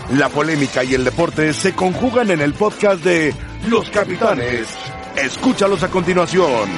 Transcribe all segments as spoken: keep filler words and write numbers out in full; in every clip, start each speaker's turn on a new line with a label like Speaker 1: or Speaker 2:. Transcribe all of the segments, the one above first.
Speaker 1: La polémica y el deporte se conjugan en el podcast de Los Capitanes. Escúchalos a continuación.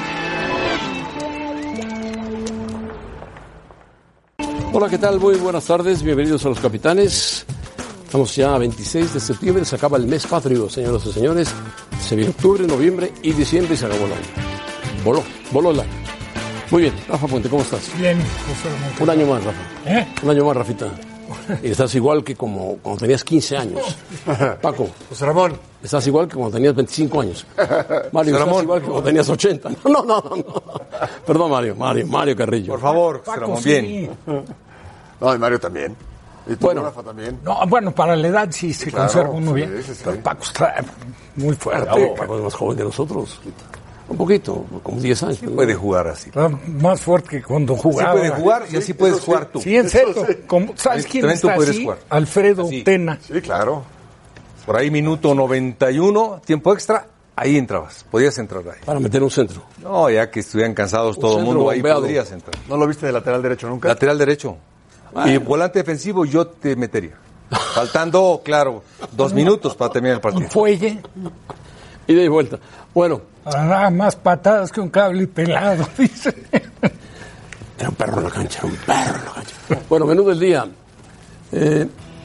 Speaker 2: Hola, ¿qué tal? Muy buenas tardes, bienvenidos a Los Capitanes. Estamos ya a veintiséis de septiembre, se acaba el mes patrio, señoras y señores. Se viene octubre, noviembre y diciembre y se acabó el año. Voló, voló el año. Muy bien, Rafa Puente, ¿cómo estás?
Speaker 3: Bien, José Ramón.
Speaker 2: Un año más, Rafa.
Speaker 3: ¿Eh?
Speaker 2: Un año más, Rafita. Y estás igual que como cuando tenías quince años. Paco.
Speaker 4: José Ramón.
Speaker 2: Estás igual que cuando tenías veinticinco años. Mario, estás
Speaker 4: Ramón.
Speaker 2: igual que cuando tenías ochenta. No, no, no, no. Perdón, Mario, Mario, Mario Carrillo.
Speaker 4: Por favor, José
Speaker 3: Paco,
Speaker 4: Ramón,
Speaker 3: sí.
Speaker 4: bien.
Speaker 5: No, y Mario también. Y tú,
Speaker 2: Bueno.
Speaker 5: Rafa, también.
Speaker 3: No, bueno, para la edad sí se
Speaker 5: Claro,
Speaker 3: conserva uno
Speaker 5: sí,
Speaker 3: bien.
Speaker 5: sí, sí.
Speaker 3: Pero Paco está muy fuerte.
Speaker 2: Paco, Paco es más joven que nosotros. Un poquito, como diez años.
Speaker 4: Puede jugar así.
Speaker 3: Está más fuerte que cuando
Speaker 4: Sí
Speaker 3: jugaba.
Speaker 4: puede jugar y así puedes jugar tú.
Speaker 3: Sí, en serio. Como- ¿Sabes quién
Speaker 4: También tú
Speaker 3: está
Speaker 4: puedes
Speaker 3: así?
Speaker 4: jugar.
Speaker 3: Alfredo
Speaker 4: Así.
Speaker 3: Tena.
Speaker 5: Sí, claro.
Speaker 4: Por ahí minuto noventa y uno, tiempo extra, ahí entrabas. Podías entrar ahí.
Speaker 2: Para meter un centro.
Speaker 4: No, ya que estuvieran cansados todo el
Speaker 2: centro
Speaker 4: mundo, ahí
Speaker 2: bombeado.
Speaker 4: podrías entrar.
Speaker 5: ¿No lo viste de lateral derecho nunca?
Speaker 4: Lateral derecho. Y volante defensivo yo te metería. Faltando, claro, dos minutos para terminar el partido.
Speaker 3: Un fuelle.
Speaker 2: Ida y vuelta. Bueno,
Speaker 3: Para dar más patadas que un cable pelado, dice.
Speaker 2: era un perro en la cancha, un perro en la cancha. Bueno, menú del día. Eh,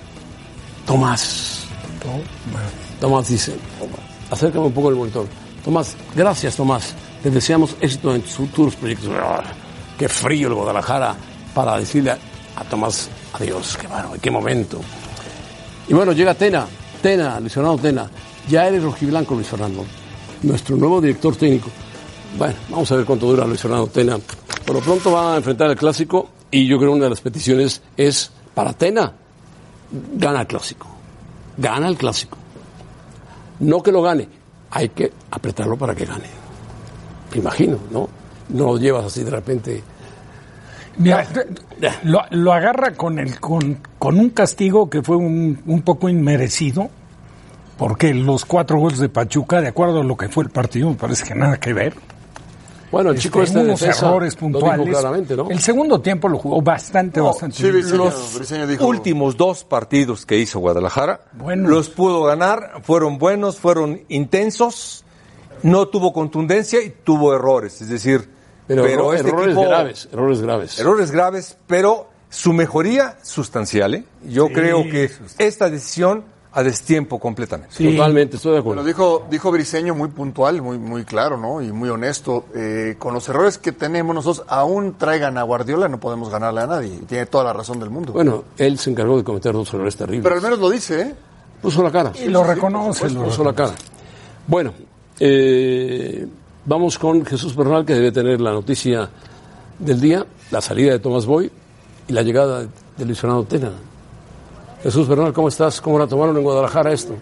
Speaker 2: Tomás. Tomás dice, acércame un poco el monitor. Tomás, gracias Tomás. Te deseamos éxito en tus futuros proyectos. Ah, qué frío el Guadalajara para decirle a, a Tomás adiós. Qué bárbaro, qué momento. Y bueno, llega Tena, Tena, Luis Fernando Tena. Ya eres rojiblanco, Luis Fernando. Nuestro nuevo director técnico. Bueno, vamos a ver cuánto dura Luis Fernando Tena. Por lo pronto va a enfrentar el Clásico y yo creo que una de las peticiones es para Tena. Gana el Clásico. Gana el Clásico. No que lo gane, hay que apretarlo para que gane. Imagino, ¿no? No lo llevas así de repente.
Speaker 3: Mira, lo, lo agarra con, el, con, con un castigo que fue un, un poco inmerecido, porque los cuatro goles de Pachuca, de acuerdo a lo que fue el partido, me parece que nada que ver.
Speaker 2: Bueno, el chico este de
Speaker 3: unos
Speaker 2: defensa
Speaker 3: errores
Speaker 2: lo dijo
Speaker 3: puntuales.
Speaker 2: claramente, ¿no?
Speaker 3: El segundo tiempo lo jugó bastante, bastante
Speaker 5: Sí,
Speaker 3: bien.
Speaker 5: Briseño,
Speaker 4: Los
Speaker 5: Briseño dijo...
Speaker 4: últimos dos partidos que hizo Guadalajara,
Speaker 3: Buenos.
Speaker 4: los pudo ganar, fueron buenos, fueron intensos, no tuvo contundencia y tuvo errores. Es decir,
Speaker 2: Pero,
Speaker 4: pero
Speaker 2: erro-
Speaker 4: este
Speaker 2: errores
Speaker 4: equipo-
Speaker 2: graves, errores graves.
Speaker 4: Errores graves, pero su mejoría sustancial. ¿eh? Yo
Speaker 3: Sí,
Speaker 4: creo que
Speaker 3: sustancial.
Speaker 4: esta decisión a destiempo completamente.
Speaker 3: Sí.
Speaker 2: Totalmente, estoy de acuerdo.
Speaker 5: Bueno, dijo, dijo Briseño muy puntual, muy, muy claro, ¿no? Y muy honesto. Eh, con los errores que tenemos nosotros, aún traigan a Guardiola, no podemos ganarle a nadie. Y tiene toda la razón del mundo.
Speaker 2: Bueno, él se encargó de cometer dos errores terribles.
Speaker 5: Pero al menos lo dice, ¿eh?
Speaker 2: Puso la cara.
Speaker 3: Y lo reconoce. lo
Speaker 2: Puso la cara. Bueno, eh, vamos con Jesús Bernal, que debe tener la noticia del día, la salida de Tomás Boy y la llegada de Luis Fernando Tena. Jesús Bernal, ¿cómo estás? ¿Cómo la tomaron en Guadalajara esto?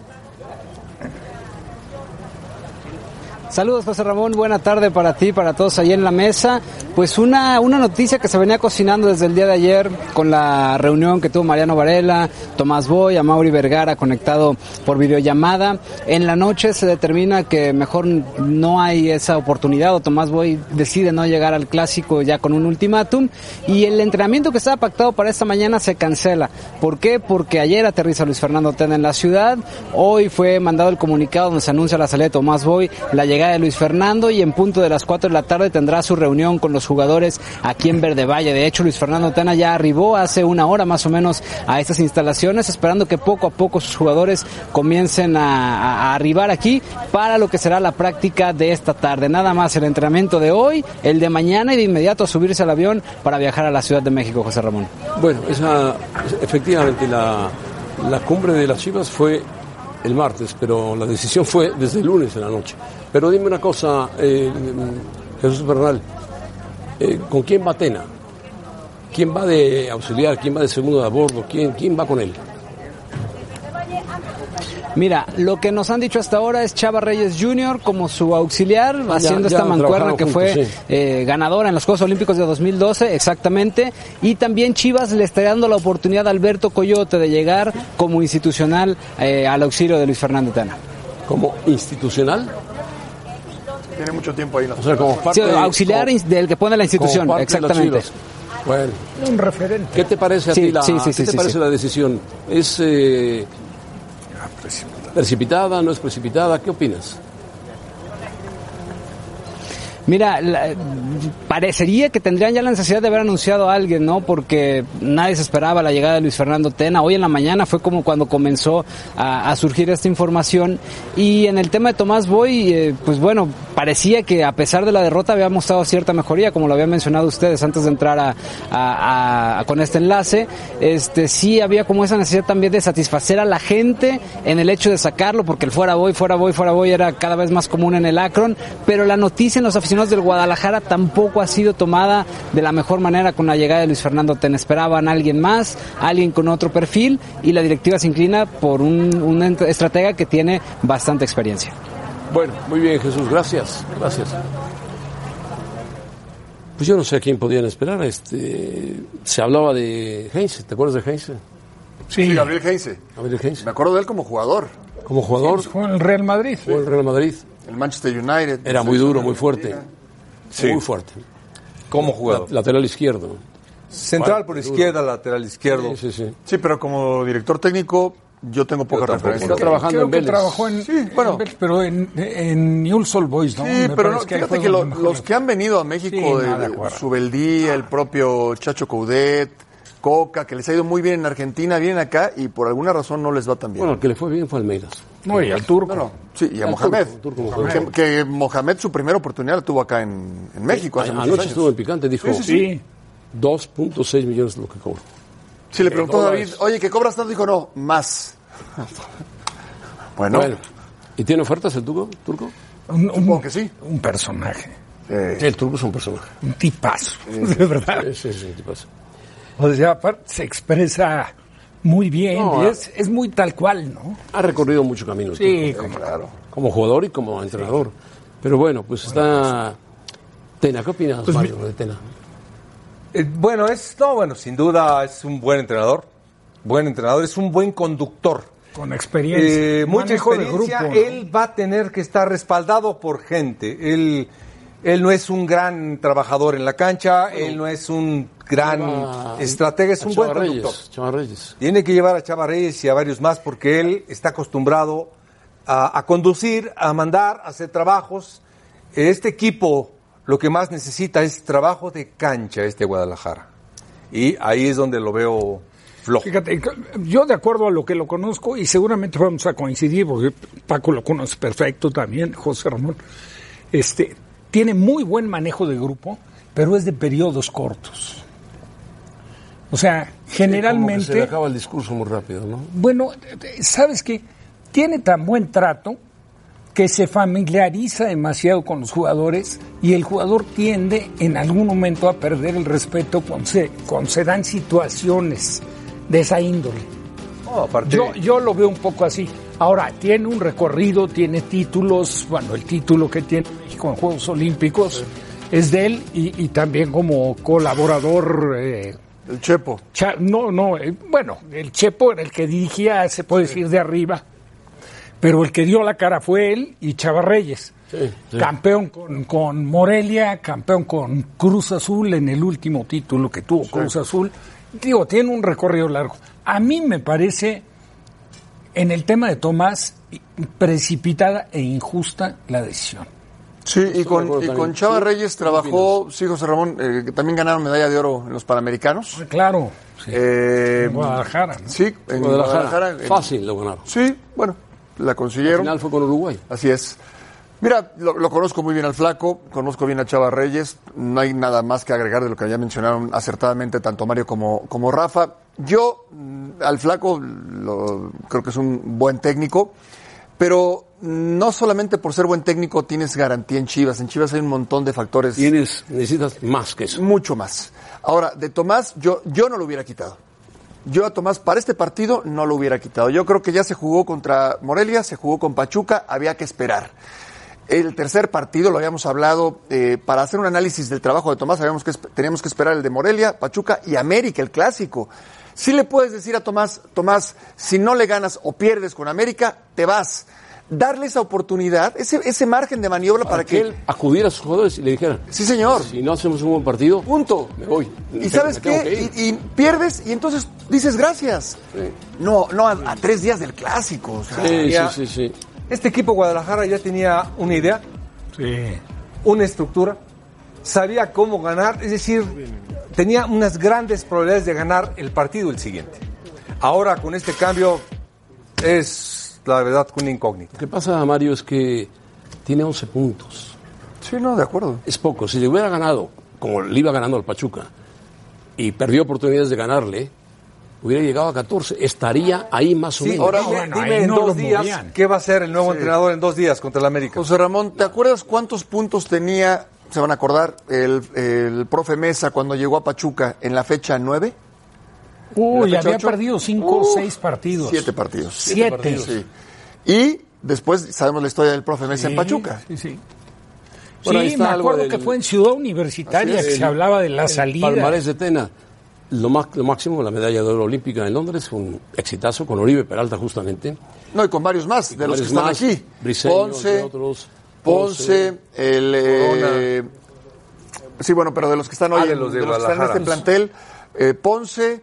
Speaker 6: Saludos, José Ramón, buena tarde para ti, para todos ahí en la mesa. Pues una, una noticia que se venía cocinando desde el día de ayer con la reunión que tuvo Mariano Varela, Tomás Boy, Amaury Vergara conectado por videollamada. En la noche se determina que mejor no hay esa oportunidad o Tomás Boy decide no llegar al Clásico ya con un ultimátum y el entrenamiento que estaba pactado para esta mañana se cancela. ¿Por qué? Porque ayer aterriza Luis Fernando Tena en la ciudad, hoy fue mandado el comunicado donde se anuncia la salida de Tomás Boy, la llegada de Luis Fernando y en punto de las cuatro de la tarde tendrá su reunión con los jugadores aquí en Verde Valle. De hecho, Luis Fernando Tena ya arribó hace una hora más o menos a estas instalaciones, esperando que poco a poco sus jugadores comiencen a, a arribar aquí para lo que será la práctica de esta tarde. Nada más el entrenamiento de hoy, el de mañana y de inmediato subirse al avión para viajar a la Ciudad de México, José Ramón.
Speaker 2: Bueno, esa, efectivamente la, la cumbre de las Chivas fue el martes, pero la decisión fue desde el lunes en la noche. Pero dime una cosa, eh, Jesús Bernal, eh, ¿con quién va Tena? ¿Quién va de auxiliar? ¿Quién va de segundo de a bordo? ¿Quién, quién va con él?
Speaker 6: Mira, lo que nos han dicho hasta ahora es Chava Reyes junior como su auxiliar,
Speaker 2: Ah,
Speaker 6: haciendo
Speaker 2: ya-
Speaker 6: esta
Speaker 2: ya
Speaker 6: mancuerna
Speaker 2: trabajaron
Speaker 6: que
Speaker 2: juntos,
Speaker 6: fue
Speaker 2: sí.
Speaker 6: eh, ganadora en los Juegos Olímpicos de dos mil doce, exactamente. Y también Chivas le está dando la oportunidad a Alberto Coyote de llegar como institucional eh, al auxilio de Luis Fernando Tena.
Speaker 2: ¿Como institucional?
Speaker 5: Tiene mucho tiempo ahí. ¿no?
Speaker 2: O sea, como parte
Speaker 6: Sí,
Speaker 2: de-
Speaker 6: auxiliar
Speaker 2: como-
Speaker 6: del que pone la institución,
Speaker 2: como parte de las
Speaker 6: exactamente.
Speaker 2: Chivas. Bueno,
Speaker 3: Un referente.
Speaker 2: ¿qué te parece a
Speaker 6: Sí,
Speaker 2: ti la,
Speaker 6: sí, sí,
Speaker 2: ¿qué
Speaker 6: sí,
Speaker 2: te
Speaker 6: sí,
Speaker 2: parece
Speaker 6: sí.
Speaker 2: la decisión? ¿Es eh,
Speaker 3: precipitada.
Speaker 2: ¿Precipitada, no es precipitada? ¿Qué opinas?
Speaker 6: Mira, la, parecería que tendrían ya la necesidad de haber anunciado a alguien, ¿no? Porque nadie se esperaba la llegada de Luis Fernando Tena. Hoy en la mañana fue como cuando comenzó a, a surgir esta información. Y en el tema de Tomás Boy, eh, pues bueno, parecía que a pesar de la derrota había mostrado cierta mejoría, como lo habían mencionado ustedes antes de entrar a, a, a con este enlace. Este sí había como esa necesidad también de satisfacer a la gente en el hecho de sacarlo, porque el fuera Boy, fuera Boy, fuera Boy era cada vez más común en el Akron. Pero la noticia en los aficionados del Guadalajara tampoco ha sido tomada de la mejor manera con la llegada de Luis Fernando Tena. Esperaban a alguien más, alguien con otro perfil, y la directiva se inclina por un, un estratega que tiene bastante experiencia.
Speaker 2: Bueno, muy bien, Jesús, gracias, gracias. Pues yo no sé a quién podían esperar. Este, se hablaba de Heinze, ¿te acuerdas de Heinze?
Speaker 5: Sí, sí, Gabriel Heinze.
Speaker 2: Gabriel Heinze.
Speaker 5: Me acuerdo de él como jugador.
Speaker 2: Como jugador.
Speaker 3: Sí, fue en el Real Madrid.
Speaker 2: Fue el Real Madrid.
Speaker 5: El Manchester United.
Speaker 2: Era muy duro, muy fuerte.
Speaker 4: Sí.
Speaker 2: Muy fuerte.
Speaker 4: Como jugador.
Speaker 2: La, lateral izquierdo.
Speaker 4: Central por izquierda, lateral izquierdo.
Speaker 2: Sí, sí, sí.
Speaker 5: Sí, pero como director técnico yo tengo poca referencia.
Speaker 2: Está trabajando
Speaker 3: Creo
Speaker 2: en
Speaker 3: que
Speaker 2: Vélez.
Speaker 3: trabajó en,
Speaker 5: Sí, bueno.
Speaker 3: en Vélez, pero en, en Newell's Old Boys, ¿no?
Speaker 5: Sí,
Speaker 3: Me
Speaker 5: pero no,
Speaker 3: parece que ahí
Speaker 5: fíjate
Speaker 3: fue
Speaker 5: que lo-
Speaker 3: donde mejor
Speaker 5: los
Speaker 3: le-
Speaker 5: que han venido a México,
Speaker 3: Sí,
Speaker 5: de,
Speaker 3: nada de
Speaker 5: de
Speaker 3: acuerdo.
Speaker 5: Subeldía, el propio Chacho Coudet, Coca, que les ha ido muy bien en Argentina, vienen acá y por alguna razón no les va tan bien.
Speaker 2: Bueno, el que le fue bien fue Almeidas.
Speaker 3: No, y al turco.
Speaker 5: No, no, sí, y a
Speaker 2: Al
Speaker 5: Mohamed.
Speaker 2: turco, turco Mohamed.
Speaker 5: Que, que Mohamed su primera oportunidad la tuvo acá en, en México hace muchos
Speaker 2: Anoche
Speaker 5: años.
Speaker 2: estuvo en Picante, dijo
Speaker 5: Sí, sí, sí.
Speaker 3: Sí.
Speaker 2: dos punto seis millones de lo que cobro.
Speaker 5: Sí, le preguntó a David,
Speaker 2: dólares.
Speaker 5: oye, ¿que cobras tanto? Dijo, no, más. bueno,
Speaker 2: Bueno, ¿y tiene ofertas el turco? ¿Turco?
Speaker 3: Un, un-
Speaker 5: supongo que sí.
Speaker 3: un personaje,
Speaker 5: Eh,
Speaker 2: Sí, el turco es un personaje.
Speaker 3: un tipazo, de verdad.
Speaker 2: Sí, sí, sí, ¿qué pasa?
Speaker 3: O sea, aparte se expresa muy bien,
Speaker 2: No,
Speaker 3: y es, es muy tal cual, ¿no?
Speaker 2: Ha recorrido mucho camino. el
Speaker 3: Sí,
Speaker 2: Turco,
Speaker 3: como-
Speaker 5: claro.
Speaker 2: como jugador y como entrenador. Pero bueno, pues está Tena. ¿Qué opinas,
Speaker 3: Pues
Speaker 2: Mario, de Tena?
Speaker 4: Eh, bueno, es, no, bueno, sin duda es un buen entrenador. Buen entrenador, es un buen conductor.
Speaker 3: con experiencia.
Speaker 4: Eh, mucha
Speaker 3: Manejo
Speaker 4: experiencia.
Speaker 3: de grupo, ¿no?
Speaker 4: Él va a tener que estar respaldado por gente. Él, él no es un gran trabajador en la cancha, él no es un gran
Speaker 2: Lleva
Speaker 4: estratega, es
Speaker 2: a
Speaker 4: un buen
Speaker 2: Chava
Speaker 4: conductor.
Speaker 2: Reyes, Chava Reyes.
Speaker 4: Tiene que llevar a Chava Reyes y a varios más porque él está acostumbrado a, a conducir, a mandar, a hacer trabajos. Este equipo lo que más necesita es trabajo de cancha, este Guadalajara. Y ahí es donde lo veo flojo.
Speaker 3: Fíjate, yo de acuerdo a lo que lo conozco, y seguramente vamos a coincidir, porque Paco lo conoce perfecto también, José Ramón, este, tiene muy buen manejo de grupo, pero es de periodos cortos. O sea, generalmente...
Speaker 2: Como que se le acaba el discurso muy rápido, ¿no?
Speaker 3: Bueno, ¿sabes qué? Tiene tan buen trato que se familiariza demasiado con los jugadores y el jugador tiende en algún momento a perder el respeto cuando se, cuando se dan situaciones de esa índole.
Speaker 4: No, aparte,
Speaker 3: Yo, yo lo veo un poco así. Ahora, tiene un recorrido, tiene títulos, bueno, el título que tiene México en Juegos Olímpicos es de él y, y también como colaborador... Eh,
Speaker 5: El Chepo.
Speaker 3: Cha- no, no, eh, bueno, el Chepo era el que dirigía, se puede decir, de arriba, pero el que dio la cara fue él y Chava Reyes.
Speaker 2: Sí, sí.
Speaker 3: Campeón con, con Morelia, campeón con Cruz Azul en el último título que tuvo Cruz Azul. Digo, tiene un recorrido largo. A mí me parece, en el tema de Tomás, precipitada e injusta la decisión.
Speaker 5: Sí, y
Speaker 2: de
Speaker 5: con,
Speaker 2: acuerdo
Speaker 5: y
Speaker 2: también.
Speaker 5: con Chava
Speaker 2: Sí,
Speaker 5: Reyes
Speaker 2: ¿qué
Speaker 5: trabajó, sí, José Ramón, eh, que también ganaron medalla de oro en los Panamericanos.
Speaker 3: Claro, sí.
Speaker 5: Eh,
Speaker 3: En Guadalajara, ¿no?
Speaker 5: Sí, en
Speaker 2: Guadalajara,
Speaker 5: Guadalajara. en-
Speaker 2: fácil lo ganaron.
Speaker 5: Sí, bueno, la
Speaker 2: Al
Speaker 5: consiguieron.
Speaker 2: final fue con Uruguay.
Speaker 5: Así es. Mira, lo, lo conozco muy bien al Flaco, conozco bien a Chava Reyes, no hay nada más que agregar de lo que ya mencionaron acertadamente tanto Mario como, como Rafa. Yo mm, al Flaco lo- creo que es un buen técnico, pero no solamente por ser buen técnico tienes garantía en Chivas, en Chivas hay un montón de factores,
Speaker 2: Tienes, necesitas más que eso.
Speaker 5: mucho más. Ahora, de Tomás, yo, yo no lo hubiera quitado. Yo a Tomás para este partido no lo hubiera quitado. Yo creo que ya se jugó contra Morelia, se jugó con Pachuca, había que esperar. El tercer partido, lo habíamos hablado, eh, para hacer un análisis del trabajo de Tomás, habíamos que, esp- teníamos que esperar el de Morelia, Pachuca y América, el clásico. Si le puedes decir a Tomás, Tomás, si no le ganas o pierdes con América, te vas. Darle esa oportunidad, ese, ese margen de maniobra para,
Speaker 2: Para que él acudiera a sus jugadores y le dijera,
Speaker 5: Sí, señor.
Speaker 2: si no hacemos un buen partido,
Speaker 5: Punto.
Speaker 2: me voy.
Speaker 5: ¿Y
Speaker 2: Me-
Speaker 5: sabes
Speaker 2: me tengo
Speaker 5: qué?
Speaker 2: que ir.
Speaker 5: Y, y pierdes y entonces dices gracias. Sí. No, no a, a tres días del clásico. O sea,
Speaker 2: sí,
Speaker 4: ya,
Speaker 2: sí, sí, sí.
Speaker 4: Este equipo Guadalajara ya tenía una idea,
Speaker 3: sí.
Speaker 4: una estructura, sabía cómo ganar, es decir, tenía unas grandes probabilidades de ganar el partido el siguiente. Ahora con este cambio es la verdad una incógnita.
Speaker 2: Lo que pasa, Mario, es que tiene once puntos.
Speaker 5: Sí, no, de acuerdo.
Speaker 2: Es poco. Si le hubiera ganado, como le iba ganando al Pachuca, y perdió oportunidades de ganarle, hubiera llegado a catorce. Estaría ahí más o
Speaker 4: sí,
Speaker 2: menos.
Speaker 4: ahora
Speaker 3: no,
Speaker 4: dime,
Speaker 3: bueno,
Speaker 4: dime en
Speaker 3: no
Speaker 4: dos días
Speaker 3: movían.
Speaker 4: qué va a hacer el nuevo
Speaker 5: Sí.
Speaker 4: entrenador en dos días contra el América.
Speaker 5: José Ramón, ¿te acuerdas cuántos puntos tenía, se van a acordar, el, el profe Mesa cuando llegó a Pachuca en la fecha nueve?
Speaker 3: Uy,
Speaker 5: ¿La fecha
Speaker 3: había
Speaker 5: ocho?
Speaker 3: perdido cinco o
Speaker 5: Uh,
Speaker 3: seis partidos.
Speaker 5: Siete partidos.
Speaker 3: Siete.
Speaker 5: partidos, sí. Y después sabemos la historia del profe Mesa
Speaker 3: Sí,
Speaker 5: en Pachuca.
Speaker 3: Sí, sí.
Speaker 2: Bueno, ahí
Speaker 3: Sí,
Speaker 2: está
Speaker 3: me
Speaker 2: algo
Speaker 3: acuerdo
Speaker 2: del-
Speaker 3: que fue en Ciudad Universitaria
Speaker 2: Así
Speaker 3: que
Speaker 2: es,
Speaker 3: se
Speaker 2: el-
Speaker 3: hablaba de la salida.
Speaker 2: Palmarés de Tena. Lo, más, lo máximo, la medalla de oro olímpica en Londres, fue un exitazo con Oribe Peralta justamente.
Speaker 5: No, y con varios más, de los
Speaker 2: Varios
Speaker 5: que están
Speaker 2: más,
Speaker 5: aquí.
Speaker 2: Briseño,
Speaker 5: Ponce,
Speaker 2: entre otros,
Speaker 5: Ponce, el... eh, sí, bueno, pero de los que están hoy,
Speaker 4: Ah, de
Speaker 5: en-
Speaker 4: los de
Speaker 5: de los que están en este
Speaker 4: Guadalajara.
Speaker 5: plantel, eh, Ponce,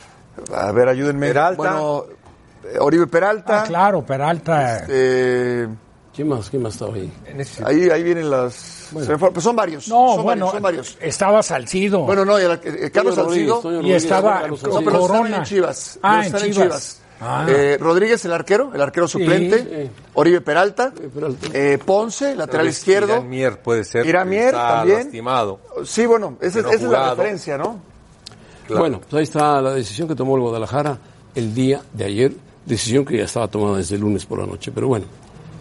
Speaker 5: a ver, ayúdenme.
Speaker 4: Peralta.
Speaker 5: Bueno, eh, Oribe Peralta.
Speaker 3: Ah, claro, Peralta.
Speaker 5: eh,
Speaker 2: ¿Quién más? ¿Quién más estaba ahí?
Speaker 4: En ese-
Speaker 5: ahí, ahí vienen las...
Speaker 2: Bueno.
Speaker 5: se me fue- pues son varios.
Speaker 3: No,
Speaker 5: son
Speaker 3: bueno,
Speaker 5: varios, son varios.
Speaker 3: estaba Salcido.
Speaker 5: Bueno, no, y el- eh, Carlos
Speaker 2: Toño Rodríguez,
Speaker 5: Salcido.
Speaker 2: Toño
Speaker 3: y
Speaker 2: Rodríguez,
Speaker 3: estaba
Speaker 2: Carlos
Speaker 5: No,
Speaker 2: Salcido.
Speaker 5: pero los que están
Speaker 3: Corona.
Speaker 5: en Chivas.
Speaker 3: Ah,
Speaker 5: Los que
Speaker 3: en
Speaker 5: están
Speaker 3: Chivas. Ah.
Speaker 5: Eh, Rodríguez, el arquero, el arquero suplente.
Speaker 2: sí.
Speaker 5: Oribe Peralta.
Speaker 2: Peralta.
Speaker 5: Eh, Ponce, lateral
Speaker 4: Tal vez
Speaker 5: izquierdo.
Speaker 4: Irán Mier puede ser.
Speaker 5: Irán
Speaker 4: que
Speaker 5: Mier
Speaker 4: está
Speaker 5: también.
Speaker 4: lastimado.
Speaker 5: Sí, bueno, esa,
Speaker 4: Que no
Speaker 5: esa es la
Speaker 4: jugado.
Speaker 5: referencia, ¿no?
Speaker 4: Claro.
Speaker 2: Bueno, pues ahí está la decisión que tomó el Guadalajara el día de ayer, decisión que ya estaba tomada desde el lunes por la noche, pero bueno.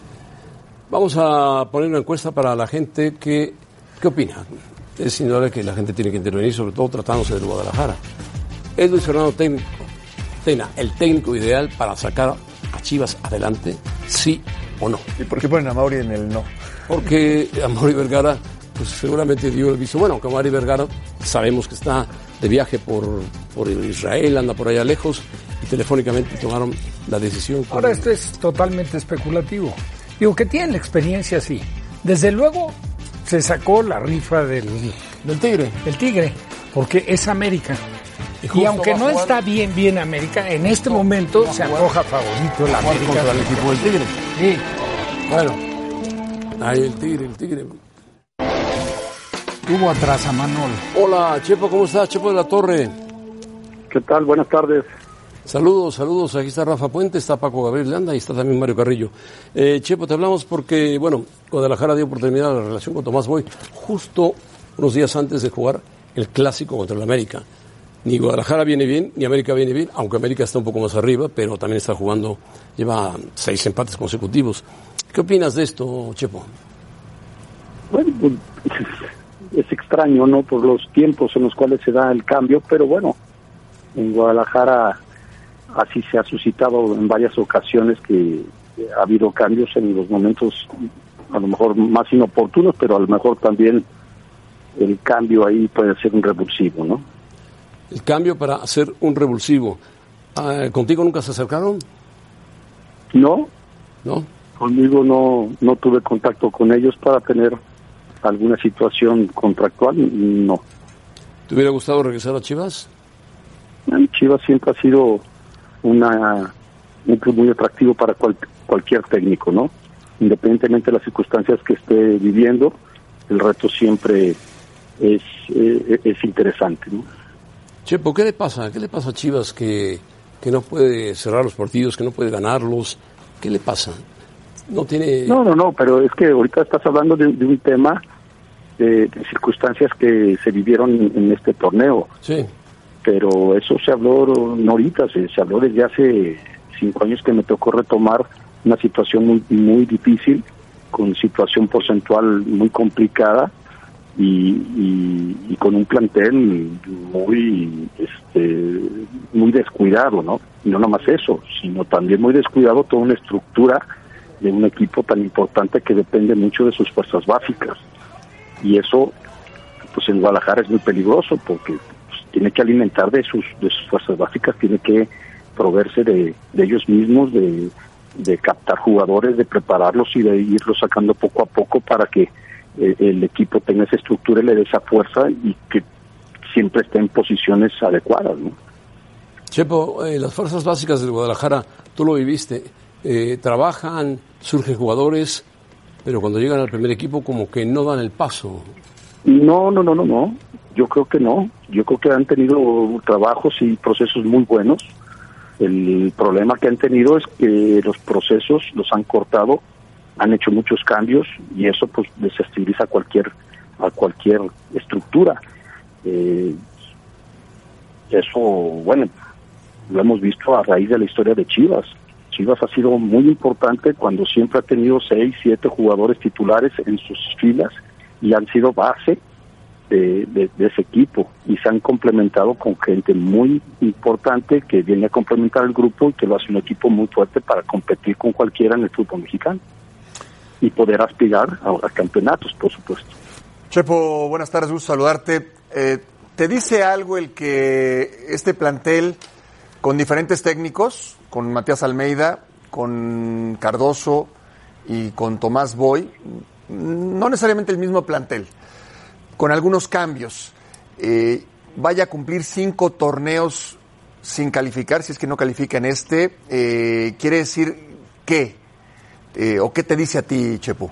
Speaker 2: Vamos a poner una encuesta para la gente que, ¿qué opina? Es indudable que la gente tiene que intervenir, sobre todo tratándose del Guadalajara. ¿Es Luis Fernando técnico, Tena el técnico ideal para sacar a Chivas adelante, sí o no?
Speaker 5: ¿Y por qué ponen a Mauri en el no?
Speaker 2: Porque Amaury Vergara, pues seguramente dio el visto bueno, aunque Amaury Vergara sabemos que está de viaje por, por Israel, anda por allá lejos, y telefónicamente tomaron la decisión. con-
Speaker 3: Ahora esto es totalmente especulativo. Digo que tienen la experiencia, sí. Desde luego se sacó la rifa del,
Speaker 2: del Tigre.
Speaker 3: del Tigre, porque es América.
Speaker 2: Y
Speaker 3: Y,
Speaker 2: justo
Speaker 3: aunque
Speaker 2: va a
Speaker 3: no
Speaker 2: jugar-
Speaker 3: está bien bien América, en este momento se antoja favorito el
Speaker 2: Jugar
Speaker 3: América.
Speaker 2: contra el equipo del Tigre.
Speaker 3: Sí.
Speaker 2: Bueno, ahí el Tigre, el Tigre.
Speaker 3: Tuvo atrás a Manol.
Speaker 2: Hola, Chepo, ¿cómo estás? Chepo de la Torre.
Speaker 7: ¿Qué tal? Buenas tardes.
Speaker 2: Saludos, saludos. Aquí está Rafa Puente, está Paco Gabriel Landa y está también Mario Carrillo. Eh, Chepo, te hablamos porque, bueno, Guadalajara dio por terminada la relación con Tomás Boy justo unos días antes de jugar el clásico contra el América. Ni Guadalajara viene bien, ni América viene bien, aunque América está un poco más arriba, pero también está jugando, lleva seis empates consecutivos. ¿Qué opinas de esto, Chepo?
Speaker 7: Bueno, pues, es extraño, ¿no? Por los tiempos en los cuales se da el cambio, pero bueno, en Guadalajara así se ha suscitado en varias ocasiones que ha habido cambios en los momentos a lo mejor más inoportunos, pero a lo mejor también el cambio ahí puede ser un revulsivo, ¿no?
Speaker 2: El cambio para hacer un revulsivo. Ah, ¿Contigo nunca se acercaron?
Speaker 7: No,
Speaker 2: ¿No?
Speaker 7: conmigo no, no tuve contacto con ellos para tener alguna situación contractual, no.
Speaker 2: ¿Te hubiera gustado regresar a Chivas?
Speaker 7: Chivas siempre ha sido una un club muy atractivo para cual, cualquier técnico, ¿no? Independientemente de las circunstancias que esté viviendo, el reto siempre es, eh, es interesante, ¿no?
Speaker 2: Chepo, ¿qué le pasa? ¿Qué le pasa a Chivas que, que no puede cerrar los partidos, que no puede ganarlos? ¿Qué le pasa? No tiene...
Speaker 7: No, no, no, pero es que ahorita estás hablando de, de un tema de, de circunstancias que se vivieron en, en este torneo.
Speaker 2: Sí.
Speaker 7: Pero eso se habló no ahorita, se, se habló desde hace cinco años que me tocó retomar una situación muy muy difícil, con situación porcentual muy complicada y, y, y con un plantel muy este muy descuidado, ¿no? Y no nada más eso, sino también muy descuidado toda una estructura de un equipo tan importante que depende mucho de sus fuerzas básicas. Y eso, pues en Guadalajara es muy peligroso porque tiene que alimentar de sus de sus fuerzas básicas, tiene que proveerse de, de ellos mismos, de, de captar jugadores, de prepararlos y de irlos sacando poco a poco para que eh, el equipo tenga esa estructura y le dé esa fuerza y que siempre esté en posiciones adecuadas, ¿no?
Speaker 2: Chepo, eh, las fuerzas básicas del Guadalajara, tú lo viviste, eh, trabajan, surgen jugadores, pero cuando llegan al primer equipo como que no dan el paso.
Speaker 7: No, no, no, no, no. Yo creo que no. Yo creo que han tenido trabajos y procesos muy buenos. El problema que han tenido es que los procesos los han cortado, han hecho muchos cambios y eso pues desestabiliza cualquier a cualquier estructura. Eh, eso, bueno, lo hemos visto a raíz de la historia de Chivas. Chivas ha sido muy importante cuando siempre ha tenido seis, siete jugadores titulares en sus filas y han sido base de, de, de ese equipo y se han complementado con gente muy importante que viene a complementar el grupo y que lo hace un equipo muy fuerte para competir con cualquiera en el fútbol mexicano y poder aspirar a, a campeonatos, por supuesto.
Speaker 5: Chepo, buenas tardes, gusto saludarte. Eh, ¿Te dice algo el que este plantel con diferentes técnicos, con Matías Almeida, con Cardoso y con Tomás Boy, no necesariamente el mismo plantel, con algunos cambios, eh, vaya a cumplir cinco torneos sin calificar, si es que no califica en este, eh, quiere decir qué, eh, o qué te dice a ti, Chepo?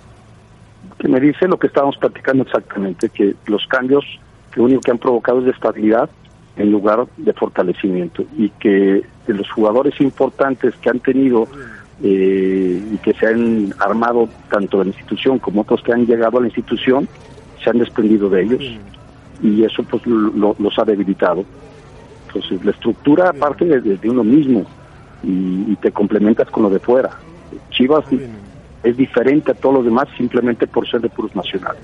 Speaker 7: Que me dice lo que estábamos platicando exactamente, que los cambios lo único que han provocado es de estabilidad en lugar de fortalecimiento y que de los jugadores importantes que han tenido eh, y que se han armado tanto de la institución como otros que han llegado a la institución se han desprendido de ellos y eso pues lo, los ha debilitado. Entonces la estructura parte de, de uno mismo y, y te complementas con lo de fuera. Chivas es diferente a todos los demás simplemente por ser de puros nacionales.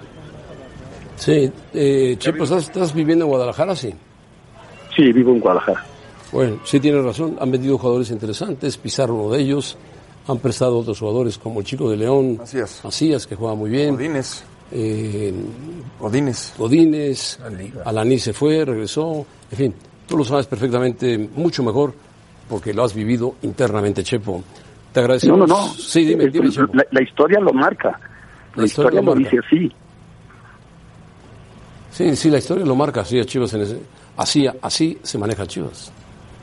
Speaker 2: Sí, eh, Chepo, ¿estás, ¿estás viviendo en Guadalajara? Sí.
Speaker 7: Sí, vivo en Guadalajara.
Speaker 2: Bueno, sí tienes razón, han vendido jugadores interesantes, Pizarro uno de ellos, han prestado otros jugadores como el chico de León,
Speaker 5: Macías,
Speaker 2: Macías que juega muy bien.
Speaker 5: Godínez.
Speaker 2: Eh,
Speaker 5: Godínez.
Speaker 2: Godínez, Alaní se fue, regresó, en fin, tú lo sabes perfectamente, mucho mejor, porque lo has vivido internamente, Chepo. Te agradecemos.
Speaker 7: No, no, no.
Speaker 2: Sí, dime, dime, Chepo.
Speaker 7: La, la historia lo marca. La, la historia, historia lo, lo dice así.
Speaker 2: Sí, sí, la historia lo marca así a Chivas. En ese, así, así se maneja Chivas.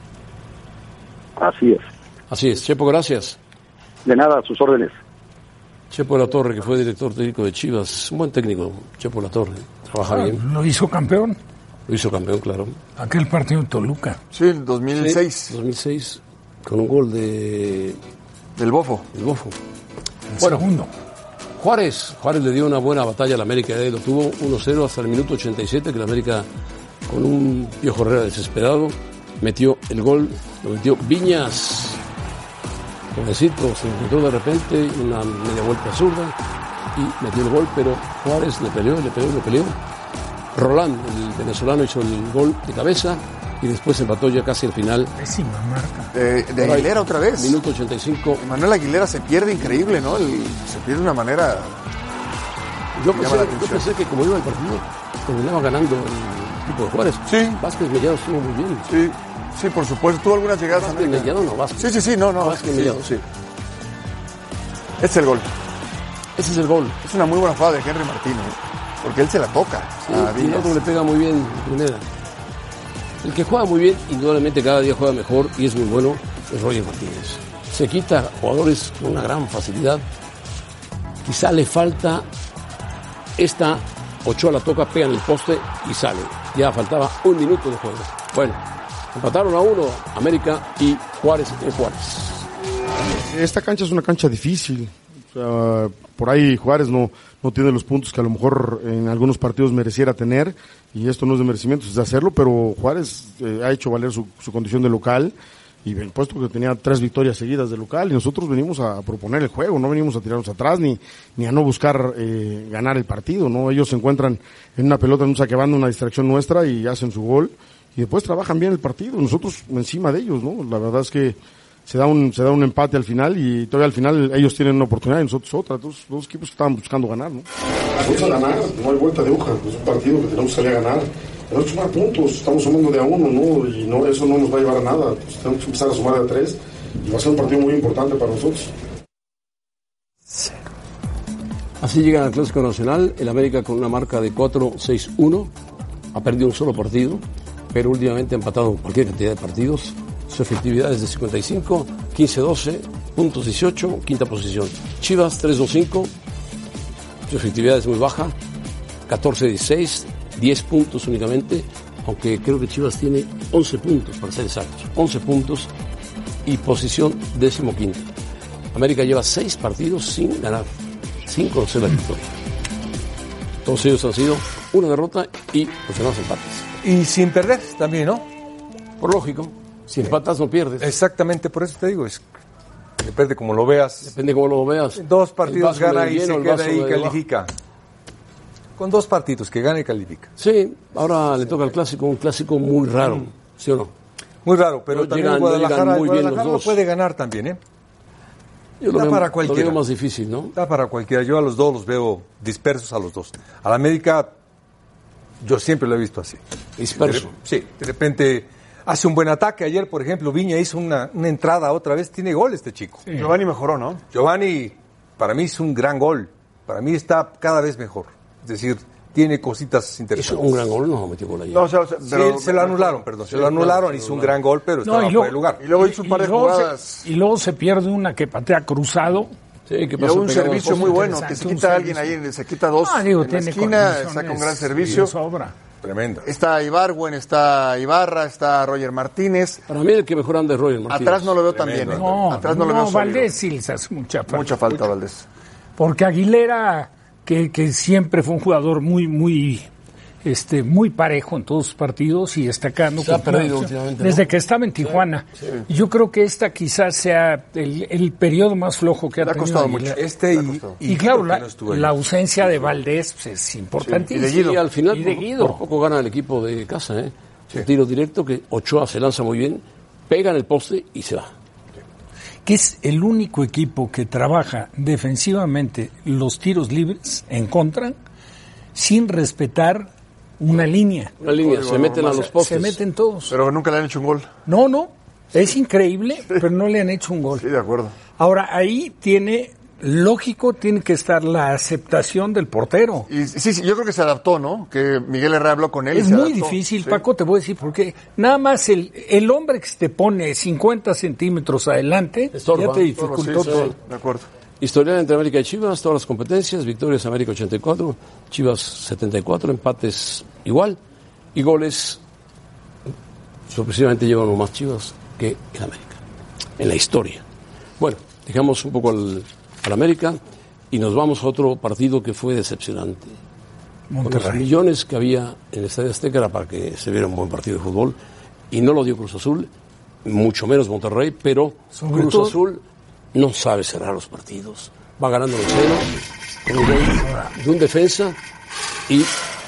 Speaker 7: Así es.
Speaker 2: Así es. Chepo, gracias.
Speaker 7: De nada, a sus órdenes.
Speaker 2: Chepo La Torre, que fue director técnico de Chivas, un buen técnico, Chepo La Torre, trabaja ah, bien.
Speaker 3: ¿Lo hizo campeón?
Speaker 2: Lo hizo campeón, claro.
Speaker 3: Aquel partido en Toluca.
Speaker 5: Sí, en dos mil seis.
Speaker 2: Sí, dos mil seis, con un gol de...
Speaker 5: Del Bofo.
Speaker 2: Del Bofo.
Speaker 3: El bueno, segundo.
Speaker 2: Juárez, Juárez le dio una buena batalla a la América, eh, lo tuvo uno cero hasta el minuto ochenta y siete, que la América, con un Piojo Herrera desesperado, metió el gol, lo metió Viñas. Jovencito, se encontró de repente una media vuelta zurda y metió el gol, pero Juárez le peleó, le peleó, le peleó. Roland, el venezolano, hizo el gol de cabeza y después empató ya casi al final.
Speaker 3: Pésima marca.
Speaker 5: De, de Aguilera otra vez.
Speaker 2: Minuto ochenta y cinco.
Speaker 5: Manuel Aguilera se pierde increíble, ¿no? El, se pierde de una manera...
Speaker 2: Yo pensé, yo pensé que como iba el partido, terminaba ganando el equipo de Juárez.
Speaker 5: Sí.
Speaker 2: Vázquez Mellado estuvo muy bien.
Speaker 5: Sí, sí, por supuesto. Tuvo algunas llegadas
Speaker 2: Vázquez
Speaker 5: a
Speaker 2: Mellado no, Vázquez.
Speaker 5: Sí, sí, sí, no, no.
Speaker 2: Vázquez
Speaker 5: sí,
Speaker 2: Mellado, sí.
Speaker 5: Este es el gol.
Speaker 2: Ese es el gol.
Speaker 5: Es una muy buena jugada de Henry Martín, ¿eh? Porque él se la toca.
Speaker 2: Sí, y el otro le pega muy bien de primera. El que juega muy bien, indudablemente cada día juega mejor y es muy bueno, es Roger Martínez. Se quita jugadores con una gran facilidad. Quizá le falta esta, Ochoa la toca, pega en el poste y sale. Ya faltaba un minuto de juego. Bueno, empataron a uno América y Juárez en Juárez.
Speaker 8: Esta cancha es una cancha difícil. O sea, por ahí Juárez no, no tiene los puntos que a lo mejor en algunos partidos mereciera tener, y esto no es de merecimiento, es de hacerlo, pero Juárez eh, ha hecho valer su, su condición de local, y bien puesto que tenía tres victorias seguidas de local, y nosotros venimos a proponer el juego, no venimos a tirarnos atrás, ni, ni a no buscar eh, ganar el partido, ¿no? Ellos se encuentran en una pelota, en un saque banda, una distracción nuestra, y hacen su gol, y después trabajan bien el partido, nosotros encima de ellos, ¿no? La verdad es que se da un se da un empate al final y todavía al final ellos tienen una oportunidad y nosotros otra. Dos, dos equipos que estaban buscando ganar, ¿no?
Speaker 9: Vamos a ganar, no hay vuelta de hoja, es un partido que tenemos que salir a ganar. Tenemos que sumar puntos, estamos sumando de a uno, ¿no? Y no, eso no nos va a llevar a nada. Pues tenemos que empezar a sumar de a tres y va a ser un partido muy importante para nosotros.
Speaker 2: Así llegan al Clásico Nacional, el América con una marca de cuatro seis uno, ha perdido un solo partido, pero últimamente ha empatado cualquier cantidad de partidos. Su efectividad es de cincuenta y cinco, quince doce, puntos dieciocho, quinta posición. Chivas tres dos cinco, su efectividad es muy baja, catorce dieciséis, diez puntos únicamente, aunque creo que Chivas tiene once puntos, para ser exactos, once puntos y posición decimoquinta. América lleva seis partidos sin ganar, sin conocer la victoria. Todos ellos han sido una derrota y los demás empates.
Speaker 4: Y sin perder también, ¿no?
Speaker 2: Por lógico, si empatas no pierdes.
Speaker 4: Exactamente, por eso te digo, es depende como lo veas.
Speaker 2: Depende cómo lo veas.
Speaker 4: Dos partidos gana y
Speaker 2: lleno,
Speaker 4: se queda ahí y califica. Con dos partidos que gana y califica.
Speaker 2: Sí, ahora le toca al clásico, un clásico muy raro, mm. ¿sí o no?
Speaker 4: Muy raro, pero, pero también llegan, Guadalajara,
Speaker 2: muy
Speaker 4: Guadalajara
Speaker 2: bien los dos.
Speaker 4: Lo puede ganar también, ¿eh?
Speaker 2: Yo lo
Speaker 4: Está
Speaker 2: veo,
Speaker 4: para cualquiera.
Speaker 2: Lo veo más difícil, ¿no?
Speaker 4: Está para cualquiera. Yo a los dos los veo dispersos a los dos. A la América, yo siempre lo he visto así.
Speaker 2: Disperso.
Speaker 4: De, sí, de repente hace un buen ataque. Ayer, por ejemplo, Viña hizo una, una entrada otra vez. Tiene gol este chico.
Speaker 5: Sí. Giovanni mejoró, ¿no?
Speaker 4: Giovanni, para mí es un gran gol. Para mí está cada vez mejor. Es decir, tiene cositas interesantes.
Speaker 2: ¿Hizo un gran gol? No, metió gol ayer.
Speaker 4: No, o sea, o sea, pero, sí, se lo anularon, perdón. Sí, se lo anularon, hizo un gran gol, pero estaba no, fuera de lugar.
Speaker 3: Y luego hizo un par de jugadas. Se, y luego se pierde una que patea cruzado.
Speaker 5: Sí, que pasó un servicio muy bueno, que se quita a alguien ahí, se quita dos ah, digo, en la esquina, saca un gran servicio.
Speaker 3: Sobra.
Speaker 4: Tremendo.
Speaker 5: Está Ibargüen, está Ibarra, está Roger Martínez.
Speaker 2: Para mí el que mejor anda es Roger Martínez.
Speaker 5: Atrás no lo veo tan bien. ¿eh?
Speaker 3: No,
Speaker 5: Atrás
Speaker 3: no,
Speaker 5: no lo veo
Speaker 3: Valdés sí les hace mucha falta.
Speaker 5: Mucha falta, mucha. Valdés.
Speaker 3: Porque Aguilera, que, que siempre fue un jugador muy, muy... Este, muy parejo en todos sus partidos y destacando.
Speaker 2: Se ha perdido últimamente,
Speaker 3: desde
Speaker 2: ¿no?
Speaker 3: que estaba en Tijuana. Sí, sí. Yo creo que esta quizás sea el, el periodo más flojo que ha, ha tenido.
Speaker 5: Costado mucho.
Speaker 4: Este y,
Speaker 3: y, y claro, la, no la ausencia de Valdés pues, es importantísima.
Speaker 2: Sí. Y, de Guido. Y al final, y de Guido. Por, por poco gana el equipo de casa. ¿eh? Sí. Un tiro directo que Ochoa se lanza muy bien, pega en el poste y se va.
Speaker 3: Que es el único equipo que trabaja defensivamente los tiros libres en contra sin respetar una línea.
Speaker 2: Una línea, se meten a los postes.
Speaker 3: Se meten todos.
Speaker 5: Pero nunca le han hecho un gol.
Speaker 3: No, no, es increíble, sí. Pero no le han hecho un gol.
Speaker 5: Sí, de acuerdo.
Speaker 3: Ahora, ahí tiene, lógico, tiene que estar la aceptación del portero.
Speaker 5: Y sí, sí, yo creo que se adaptó, ¿no? Que Miguel Herrera habló con él.
Speaker 3: Es
Speaker 5: y se
Speaker 3: muy
Speaker 5: adaptó.
Speaker 3: difícil,
Speaker 5: sí.
Speaker 3: Paco, te voy a decir, porque nada más el, el hombre que se te pone cincuenta centímetros adelante,
Speaker 2: Estorba,
Speaker 3: ya te dificultó
Speaker 5: sí,
Speaker 3: todo.
Speaker 5: Sí, de acuerdo.
Speaker 2: Historial entre América y Chivas, todas las competencias, victorias América ochenta y cuatro, Chivas setenta y cuatro, empates igual, y goles, sorpresivamente llevan uno más Chivas que el América, en la historia. Bueno, dejamos un poco al, al América y nos vamos a otro partido que fue decepcionante. Monterrey. Con los millones que había en el Estadio Azteca era para que se viera un buen partido de fútbol, y no lo dio Cruz Azul, mucho menos Monterrey, pero Sobre Cruz todo, Azul no sabe cerrar los partidos. Va ganando los cero con un gol de un defensa y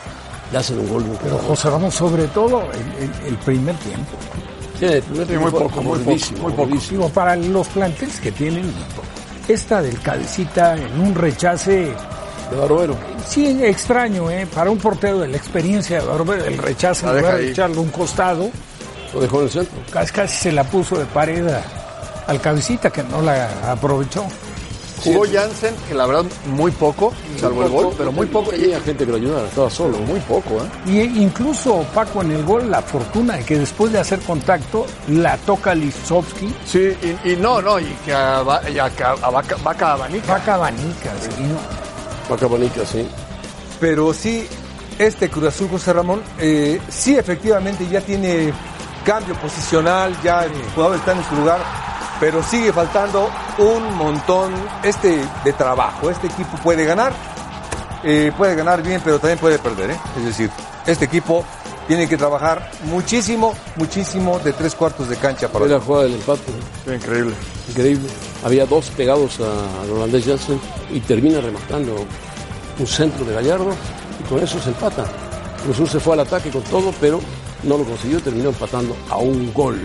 Speaker 2: le hacen un gol.
Speaker 3: Pero José Ramón, sobre todo el, el, el primer tiempo.
Speaker 2: Sí, el primer tiempo
Speaker 3: muy poco, muy poco, muy poco. Digo, para los planteles que tienen, esta del Cabecita en un rechace
Speaker 2: de Barbero.
Speaker 3: Sí, extraño, ¿eh? Para un portero de la experiencia de Barbero, el rechace en lugar de echarle un costado.
Speaker 2: Lo dejó en el centro.
Speaker 3: Casi, casi se la puso de pared a, al Cabecita, que no la aprovechó.
Speaker 5: Jugó Jansen, que la verdad muy poco, salvo el gol, pero muy poco.
Speaker 2: Y había gente que lo ayudaba, estaba solo.
Speaker 5: Muy poco, ¿eh?
Speaker 3: Y incluso Paco en el gol, la fortuna de que después de hacer contacto, la toca Lisovsky.
Speaker 5: Sí, y, y no, no, y que a, y a, a, a Vaca, Vaca Abanica.
Speaker 3: Vaca Abanica, sí. sí
Speaker 2: no. Vaca Abanica, sí.
Speaker 4: Pero sí, este Cruz Azul, José Ramón, eh, sí efectivamente ya tiene cambio posicional, ya el jugador está en su lugar. Pero sigue faltando un montón este de trabajo. Este equipo puede ganar, eh, puede ganar bien, pero también puede perder, ¿eh? Es decir, este equipo tiene que trabajar muchísimo, muchísimo de tres cuartos de cancha para...
Speaker 2: Era la jugada del empate.
Speaker 5: Sí, increíble.
Speaker 2: Increíble. Había dos pegados al holandés Jansen y termina rematando un centro de Gallardo y con eso se empata. Cruz Azul se fue al ataque con todo, pero no lo consiguió, terminó empatando a un gol.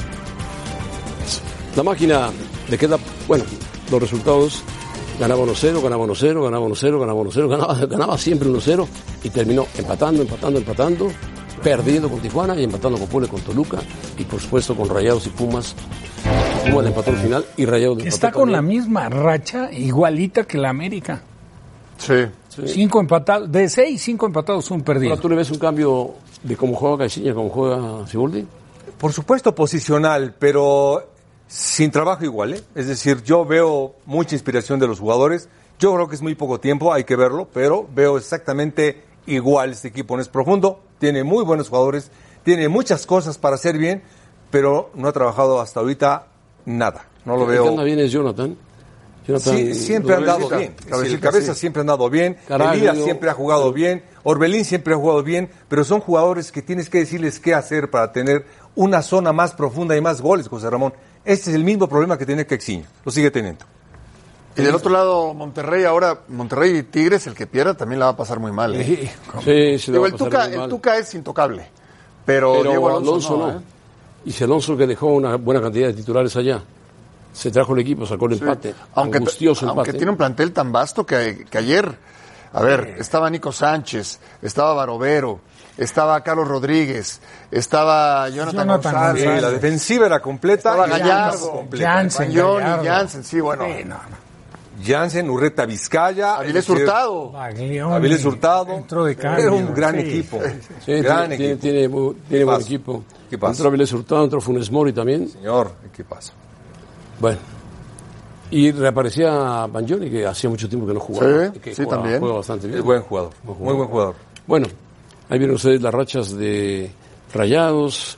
Speaker 2: La máquina de queda, bueno, los resultados, ganaba uno cero, ganaba uno cero, ganaba uno cero, ganaba uno cero, ganaba, ganaba siempre uno cero y terminó empatando, empatando, empatando, perdiendo con Tijuana y empatando con Puebla y con Toluca y por supuesto con Rayados y Pumas. Pumas le empató al final y Rayados le empató
Speaker 3: Está con
Speaker 2: también.
Speaker 3: La misma racha, igualita que la América.
Speaker 5: Sí.
Speaker 3: sí. Cinco empatados, de seis, cinco empatados, un perdido.
Speaker 2: Ahora tú le ves un cambio de cómo juega Caixinha, cómo juega Siboldi?
Speaker 4: Por supuesto posicional, pero sin trabajo igual, ¿eh? Es decir, yo veo mucha inspiración de los jugadores. Yo creo que es muy poco tiempo, hay que verlo, pero veo exactamente igual. Este equipo no es profundo, tiene muy buenos jugadores, tiene muchas cosas para hacer bien, pero no ha trabajado hasta ahorita nada. No lo
Speaker 2: El
Speaker 4: veo.
Speaker 2: que anda bien es Jonathan. Jonathan
Speaker 4: Sí, siempre ha andado
Speaker 5: Cabecita,
Speaker 4: bien.
Speaker 5: cabecita,
Speaker 4: El cabeza
Speaker 5: sí.
Speaker 4: siempre ha andado bien.
Speaker 2: Caraglio,
Speaker 4: Elías siempre ha jugado
Speaker 2: pero-
Speaker 4: bien. Orbelín siempre ha jugado bien. Pero son jugadores que tienes que decirles qué hacer para tener una zona más profunda y más goles, José Ramón. Este es el mismo problema que tiene Caixinha. Lo sigue teniendo.
Speaker 5: Y del otro lado, Monterrey, ahora, Monterrey y Tigres, el que pierda también la va a pasar muy mal. ¿eh?
Speaker 3: Sí,
Speaker 2: Sí, se le
Speaker 5: Digo,
Speaker 2: va a
Speaker 5: el
Speaker 2: pasar
Speaker 5: Tuca,
Speaker 2: muy
Speaker 5: el
Speaker 2: mal.
Speaker 5: Tuca es intocable, pero,
Speaker 2: Pero
Speaker 5: Diego
Speaker 2: Alonso,
Speaker 5: Alonso,
Speaker 2: no.
Speaker 5: no. ¿eh?
Speaker 2: Y si Alonso, que dejó una buena cantidad de titulares allá, se trajo el equipo, sacó el empate,
Speaker 5: Aunque,
Speaker 2: angustioso
Speaker 5: aunque
Speaker 2: empate.
Speaker 5: tiene un plantel tan vasto que, que ayer, a ver, estaba Nico Sánchez, estaba Barovero, estaba Carlos Rodríguez, estaba Jonathan,
Speaker 3: Jonathan
Speaker 5: González,
Speaker 4: Sí,
Speaker 3: González.
Speaker 4: la defensiva era completa.
Speaker 5: Estaba
Speaker 4: y la
Speaker 5: Gallardo,
Speaker 4: ofensiva completa.
Speaker 3: Jansen,
Speaker 5: Fagioli,
Speaker 3: Gallardo.
Speaker 5: Jansen, sí, bueno,
Speaker 3: Sí, no, no.
Speaker 4: Jansen, Urreta Vizcaya.
Speaker 5: Avilés
Speaker 4: es decir,
Speaker 5: Hurtado.
Speaker 3: Baglioni,
Speaker 4: Avilés Hurtado.
Speaker 3: entró de cambio,
Speaker 4: Era un gran
Speaker 3: sí.
Speaker 4: equipo.
Speaker 2: Sí,
Speaker 4: gran
Speaker 2: tiene,
Speaker 4: equipo.
Speaker 2: tiene, tiene, bu- tiene buen
Speaker 4: Equipazo.
Speaker 2: equipo.
Speaker 4: Equipazo.
Speaker 2: Entró Avilés Hurtado, entró Funes Mori también.
Speaker 4: Señor, ¿qué pasa?
Speaker 2: Bueno. Y reaparecía Banjoni, que hacía mucho tiempo que no jugaba.
Speaker 5: Sí,
Speaker 2: y que
Speaker 5: sí,
Speaker 2: juega,
Speaker 5: también.
Speaker 2: Juega bastante bien.
Speaker 4: Es buen jugador. Muy buen jugador.
Speaker 2: Bueno, ahí vieron ustedes las rachas de Rayados.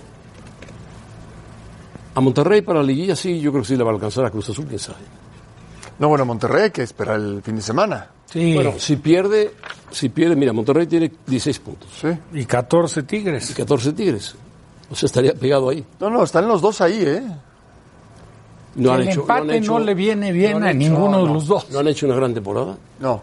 Speaker 2: A Monterrey para la liguilla sí, yo creo que sí le va a alcanzar a Cruz Azul, quién sabe.
Speaker 5: No, bueno, Monterrey hay que esperar el fin de semana.
Speaker 3: Sí,
Speaker 2: Bueno, si pierde, si pierde, mira, Monterrey tiene dieciséis puntos
Speaker 5: Sí.
Speaker 3: y catorce
Speaker 2: y
Speaker 3: Tigres.
Speaker 2: catorce Tigres. O sea, estaría pegado ahí.
Speaker 5: No, no, están los dos ahí, ¿eh?
Speaker 2: No han
Speaker 3: el
Speaker 2: hecho,
Speaker 3: empate
Speaker 2: no
Speaker 3: no,
Speaker 2: han hecho,
Speaker 3: le viene bien
Speaker 2: no
Speaker 3: a
Speaker 2: han hecho-
Speaker 3: ninguno
Speaker 2: no,
Speaker 3: de los dos.
Speaker 2: No han hecho una gran temporada.
Speaker 5: No.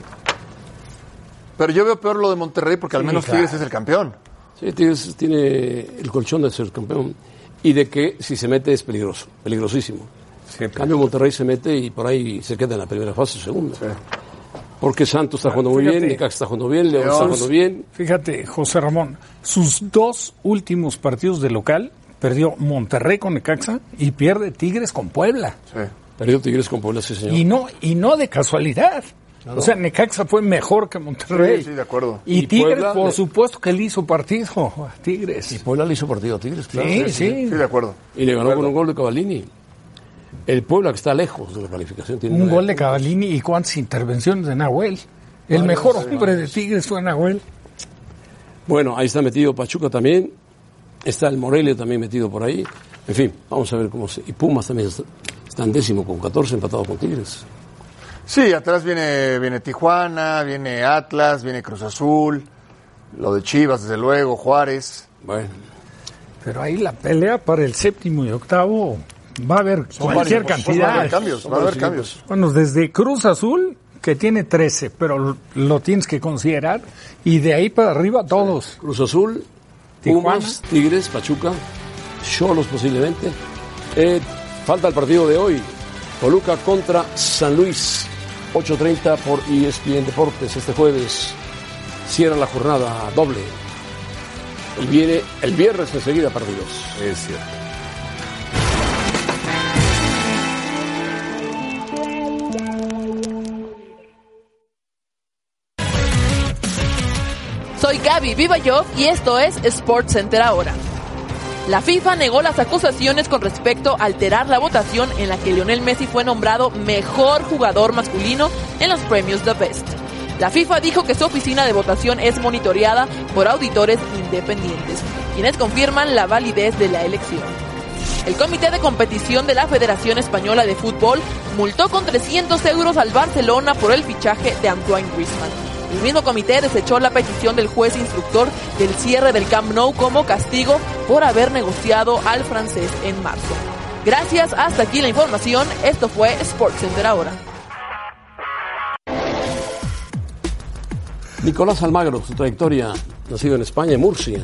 Speaker 5: Pero yo veo peor lo de Monterrey porque al
Speaker 3: Sí,
Speaker 5: menos
Speaker 3: claro.
Speaker 5: Tigres es el campeón.
Speaker 2: Sí, Tigres tiene el colchón de ser campeón y de que si se mete es peligroso, peligrosísimo. En
Speaker 4: Siempre.
Speaker 2: cambio, Monterrey se mete y por ahí se queda en la primera fase, segunda. Porque Santos está jugando muy
Speaker 3: Fíjate.
Speaker 2: bien, Necaxa está jugando bien, León está
Speaker 5: León.
Speaker 2: jugando bien.
Speaker 3: Fíjate, José Ramón, sus dos últimos partidos de local perdió Monterrey con Necaxa y pierde Tigres con Puebla.
Speaker 5: Sí.
Speaker 2: Perdió Tigres con Puebla, sí, señor.
Speaker 3: Y no, y no de casualidad. O sea, Necaxa fue mejor que Monterrey.
Speaker 5: Sí, sí, de acuerdo.
Speaker 3: Y,
Speaker 2: Y
Speaker 3: Tigres,
Speaker 2: Puebla
Speaker 3: por
Speaker 2: le-
Speaker 3: supuesto que le hizo partido a Tigres.
Speaker 2: Y Puebla le hizo partido a Tigres, claro.
Speaker 3: Sí, sí.
Speaker 5: Sí, de acuerdo.
Speaker 2: Y le ganó con un gol de Cavallini. El Puebla, que está lejos de la calificación, tiene
Speaker 3: Un
Speaker 2: nueve
Speaker 3: gol de
Speaker 2: puntos.
Speaker 3: Cavallini y cuántas intervenciones de Nahuel. El mejor hombre de Tigres fue Nahuel.
Speaker 2: Bueno, ahí está metido Pachuca también. Está el Morelia también metido por ahí. En fin, vamos a ver cómo se... Y Pumas también está, está en décimo con catorce, empatado con Tigres.
Speaker 5: Sí, atrás viene, viene Tijuana, viene Atlas, viene Cruz Azul, lo de Chivas, desde luego, Juárez.
Speaker 2: Bueno,
Speaker 3: Pero ahí la pelea para el séptimo y octavo va a haber cualquier
Speaker 5: Pues va a
Speaker 3: cantidad.
Speaker 5: haber cambios, va a haber cambios.
Speaker 3: Bueno, desde Cruz Azul, que tiene trece, pero lo, lo tienes que considerar, y de ahí para arriba todos.
Speaker 2: Cruz Azul,
Speaker 3: Tijuana.
Speaker 2: Pumas, Tigres, Pachuca, Xolos posiblemente. Eh, falta el partido de hoy. Toluca contra San Luis. ocho treinta por E S P N Deportes este jueves. Cierra la jornada doble. Y viene el viernes enseguida partidos.
Speaker 4: Es cierto.
Speaker 10: Soy Gaby Vivayov y esto es Sports Center ahora. La FIFA negó las acusaciones con respecto a alterar la votación en la que Lionel Messi fue nombrado mejor jugador masculino en los premios The Best. La FIFA dijo que su oficina de votación es monitoreada por auditores independientes, quienes confirman la validez de la elección. El Comité de Competición de la Federación Española de Fútbol multó con trescientos euros al Barcelona por el fichaje de Antoine Griezmann. El mismo comité desechó la petición del juez instructor del cierre del Camp Nou como castigo por haber negociado al francés en marzo. Gracias, hasta aquí la información. Esto fue SportsCenter ahora.
Speaker 2: Nicolás Almagro, su trayectoria, nacido en España, en Murcia.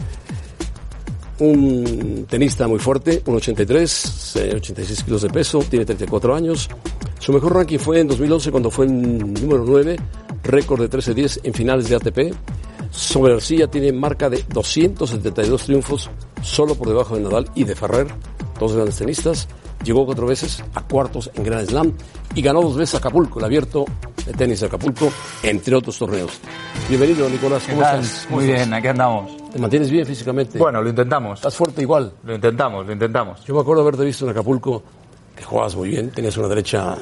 Speaker 2: Un tenista muy fuerte, uno ochenta y tres, ochenta y seis kilos de peso, tiene treinta y cuatro años. Su mejor ranking fue en dos mil once cuando fue en número nueve, récord de trece diez en finales de A T P. Sobre arcilla tiene marca de doscientos setenta y dos triunfos, solo por debajo de Nadal y de Ferrer, dos grandes tenistas. Llegó cuatro veces a cuartos en Grand Slam y ganó dos veces Acapulco, el Abierto de tenis de Acapulco, entre otros torneos. Bienvenido, Nicolás, ¿cómo estás?
Speaker 11: Muy bien, aquí andamos.
Speaker 2: ¿Te mantienes bien físicamente?
Speaker 11: Bueno, lo intentamos.
Speaker 2: ¿Estás fuerte igual?
Speaker 11: Lo intentamos, lo intentamos.
Speaker 2: Yo me acuerdo de haberte visto en Acapulco, que jugabas muy bien, tenías una derecha...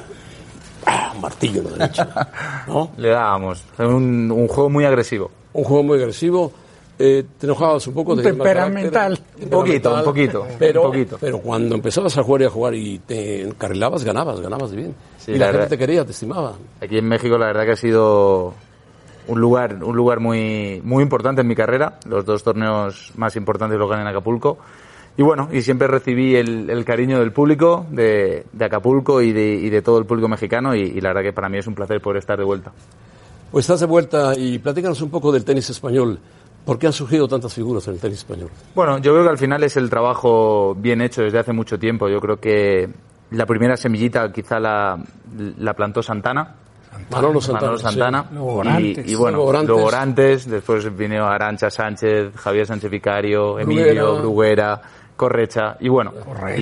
Speaker 2: Ah, un martillo en la derecha, ¿no?
Speaker 11: Le dábamos. Un, un juego muy agresivo.
Speaker 2: Un juego muy agresivo. Eh, te enojabas un poco.
Speaker 3: Un temperamental.
Speaker 11: Un poquito, un poquito.
Speaker 2: Pero,
Speaker 11: un poquito.
Speaker 2: pero cuando empezabas a jugar y a jugar y te encarrilabas, ganabas, ganabas de bien.
Speaker 11: Sí,
Speaker 2: y la, la gente te quería, te estimaba.
Speaker 11: Aquí en México la verdad que ha sido un lugar, un lugar muy, muy importante en mi carrera. Los dos torneos más importantes los gané en Acapulco. Y bueno, y siempre recibí el, el cariño del público de, de Acapulco y de, y de todo el público mexicano y, y la verdad que para mí es un placer poder estar de vuelta.
Speaker 2: Pues estás de vuelta y platícanos un poco del tenis español. ¿Por qué han surgido tantas figuras en el tenis español?
Speaker 11: Bueno, yo creo que al final es el trabajo bien hecho desde hace mucho tiempo. Yo creo que la primera semillita quizá la, la plantó Santana.
Speaker 2: Manolo Santana.
Speaker 11: Manolo Santana.
Speaker 2: Sí. Luego Orantes.
Speaker 11: Y, y bueno,
Speaker 2: luego Orantes.
Speaker 11: luego Orantes, después vino Arantxa Sánchez, Javier Sánchez Vicario, Emilio, Bruguera, Correcha, y bueno,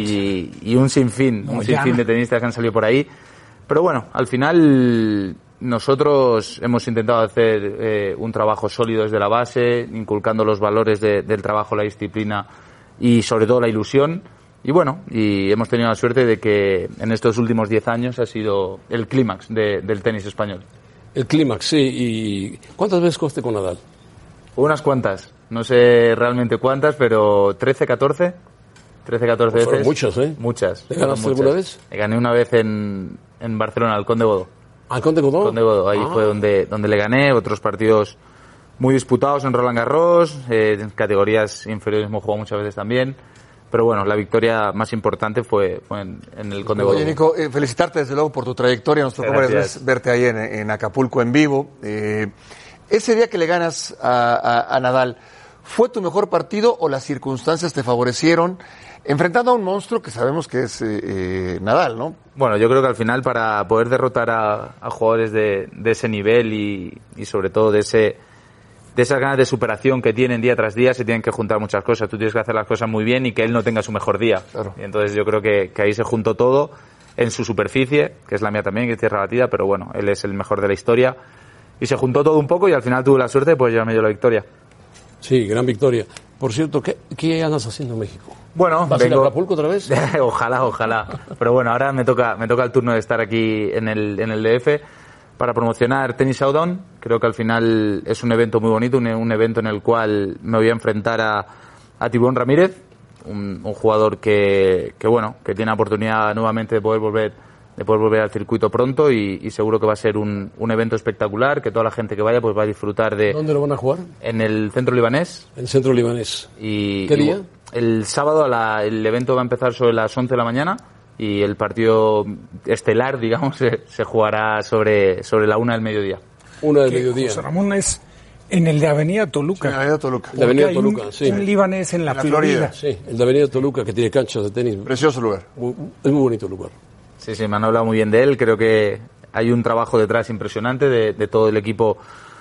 Speaker 11: y, y un sinfín, un sinfín de tenistas que han salido por ahí. Pero bueno, al final nosotros hemos intentado hacer eh, un trabajo sólido desde la base, inculcando los valores de, del trabajo, la disciplina y sobre todo la ilusión. Y bueno, y hemos tenido la suerte de que en estos últimos diez años ha sido el clímax de, del tenis español.
Speaker 2: El clímax, sí. ¿Y cuántas veces coste con Nadal?
Speaker 11: Unas cuantas. No sé realmente cuántas, pero trece, catorce. trece, catorce
Speaker 2: pues
Speaker 11: veces.
Speaker 2: Muchas, ¿eh?
Speaker 11: Muchas.
Speaker 2: ¿Le ganaste alguna vez?
Speaker 11: Le gané una vez en, en Barcelona, al Conde Godó.
Speaker 2: ¿Al Conde Godó?
Speaker 11: Conde Godó, ahí ah. fue donde, donde le gané. Otros partidos muy disputados en Roland Garros, eh, en categorías inferiores hemos jugado muchas veces también. Pero bueno, la victoria más importante fue, fue en, en el Conde Godó.
Speaker 5: Oye, Nico, eh, felicitarte desde luego por tu trayectoria. Nos tocó varias veces verte ahí en, en Acapulco en vivo. Eh, ese día que le ganas a, a, a Nadal, ¿fue tu mejor partido o las circunstancias te favorecieron? Enfrentando a un monstruo que sabemos que es eh, eh, Nadal, ¿no?
Speaker 11: Bueno, yo creo que al final para poder derrotar a, a jugadores de, de ese nivel y, y sobre todo de ese de esas ganas de superación que tienen día tras día, se tienen que juntar muchas cosas. Tú tienes que hacer las cosas muy bien y que él no tenga su mejor día.
Speaker 5: Claro.
Speaker 11: Y entonces yo creo que, que ahí se juntó todo en su superficie, que es la mía también, que es tierra batida, pero bueno, él es el mejor de la historia. Y se juntó todo un poco y al final tuve la suerte de poder llevarme yo la victoria.
Speaker 2: Sí, gran victoria. Por cierto, ¿qué, qué andas haciendo en México?
Speaker 11: Bueno,
Speaker 2: ¿vas
Speaker 11: vengo...
Speaker 2: a ir a Acapulco otra vez?
Speaker 11: Ojalá, ojalá. Pero bueno, ahora me toca me toca el turno de estar aquí en el, en el D F para promocionar Tennis Showdown. Creo que al final es un evento muy bonito, un, un evento en el cual me voy a enfrentar a, a Tibón Ramírez, un, un jugador que, que bueno, que tiene la oportunidad nuevamente de poder volver de poder volver al circuito pronto y, y seguro que va a ser un, un evento espectacular, que toda la gente que vaya pues va a disfrutar de...
Speaker 2: ¿Dónde lo van a jugar?
Speaker 11: En el Centro Libanés.
Speaker 2: En el Centro Libanés.
Speaker 11: Y,
Speaker 2: ¿Qué día?
Speaker 11: Y, el sábado la, el evento va a empezar sobre las once de la mañana y el partido estelar, digamos, se, se jugará sobre, sobre la una del mediodía.
Speaker 2: Una del mediodía.
Speaker 3: José Ramón es en el de Avenida Toluca.
Speaker 5: Sí, Avenida Toluca.
Speaker 2: De Avenida Toluca,
Speaker 3: un,
Speaker 2: sí.
Speaker 3: Un libanés en la,
Speaker 5: en la
Speaker 3: Florida.
Speaker 5: Florida.
Speaker 2: Sí, el de Avenida Toluca, que tiene canchas de tenis.
Speaker 5: Precioso lugar.
Speaker 2: Es muy bonito el lugar.
Speaker 11: Sí, sí, me han hablado muy bien de él. Creo que hay un trabajo detrás impresionante de, de todo el equipo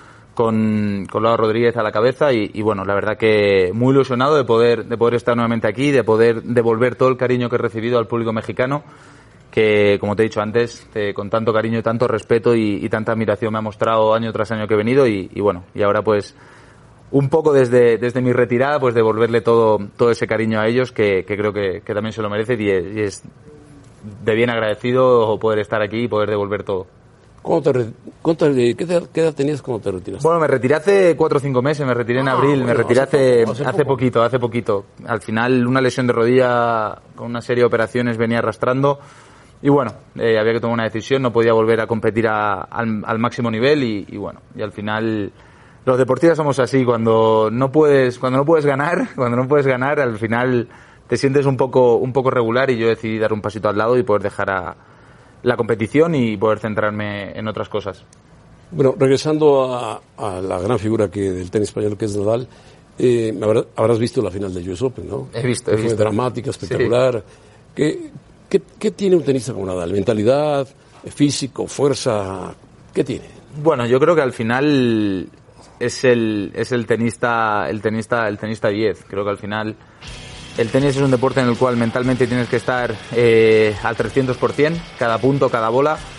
Speaker 11: con, con Laura Rodríguez a la cabeza y, y bueno, la verdad que muy ilusionado de poder, de poder estar nuevamente aquí, de poder devolver todo el cariño que he recibido al público mexicano, que como te he dicho antes, eh, con tanto cariño y tanto respeto y, y tanta admiración me ha mostrado año tras año que he venido y, y bueno, y ahora pues un poco desde, desde mi retirada, pues devolverle todo, todo ese cariño a ellos que, que creo que, que también se lo merecen y es, y es de bien agradecido poder estar aquí y poder devolver todo.
Speaker 2: ¿Cómo te re... ¿Qué, edad, ¿Qué edad tenías cuando te retiraste?
Speaker 11: Bueno, me retiré hace cuatro o cinco meses, me retiré en
Speaker 2: ah,
Speaker 11: abril,
Speaker 2: bueno,
Speaker 11: me retiré hace, hace, hace
Speaker 2: poco.
Speaker 11: poquito, hace poquito. Al final una lesión de rodilla con una serie de operaciones venía arrastrando y bueno, eh, había que tomar una decisión, no podía volver a competir a, al, al máximo nivel y, y bueno, y al final los deportistas somos así, cuando no puedes, cuando no puedes ganar, cuando no puedes ganar, al final te sientes un poco, un poco regular y yo decidí dar un pasito al lado y poder dejar a la competición y poder centrarme en otras cosas.
Speaker 2: Bueno, regresando a, a la gran figura que del tenis español que es Nadal, eh, habrás, habrás visto la final de U S Open, ¿no?
Speaker 11: He visto, he
Speaker 2: Fue
Speaker 11: visto.
Speaker 2: dramática, espectacular. Sí. ¿Qué, qué, ¿Qué tiene un tenista como Nadal? ¿Mentalidad, físico, fuerza? ¿Qué tiene?
Speaker 11: Bueno, yo creo que al final es el, es el tenista, el tenista, el tenista diez. Creo que al final el tenis es un deporte en el cual mentalmente tienes que estar eh, al trescientos por ciento, cada punto, cada bola.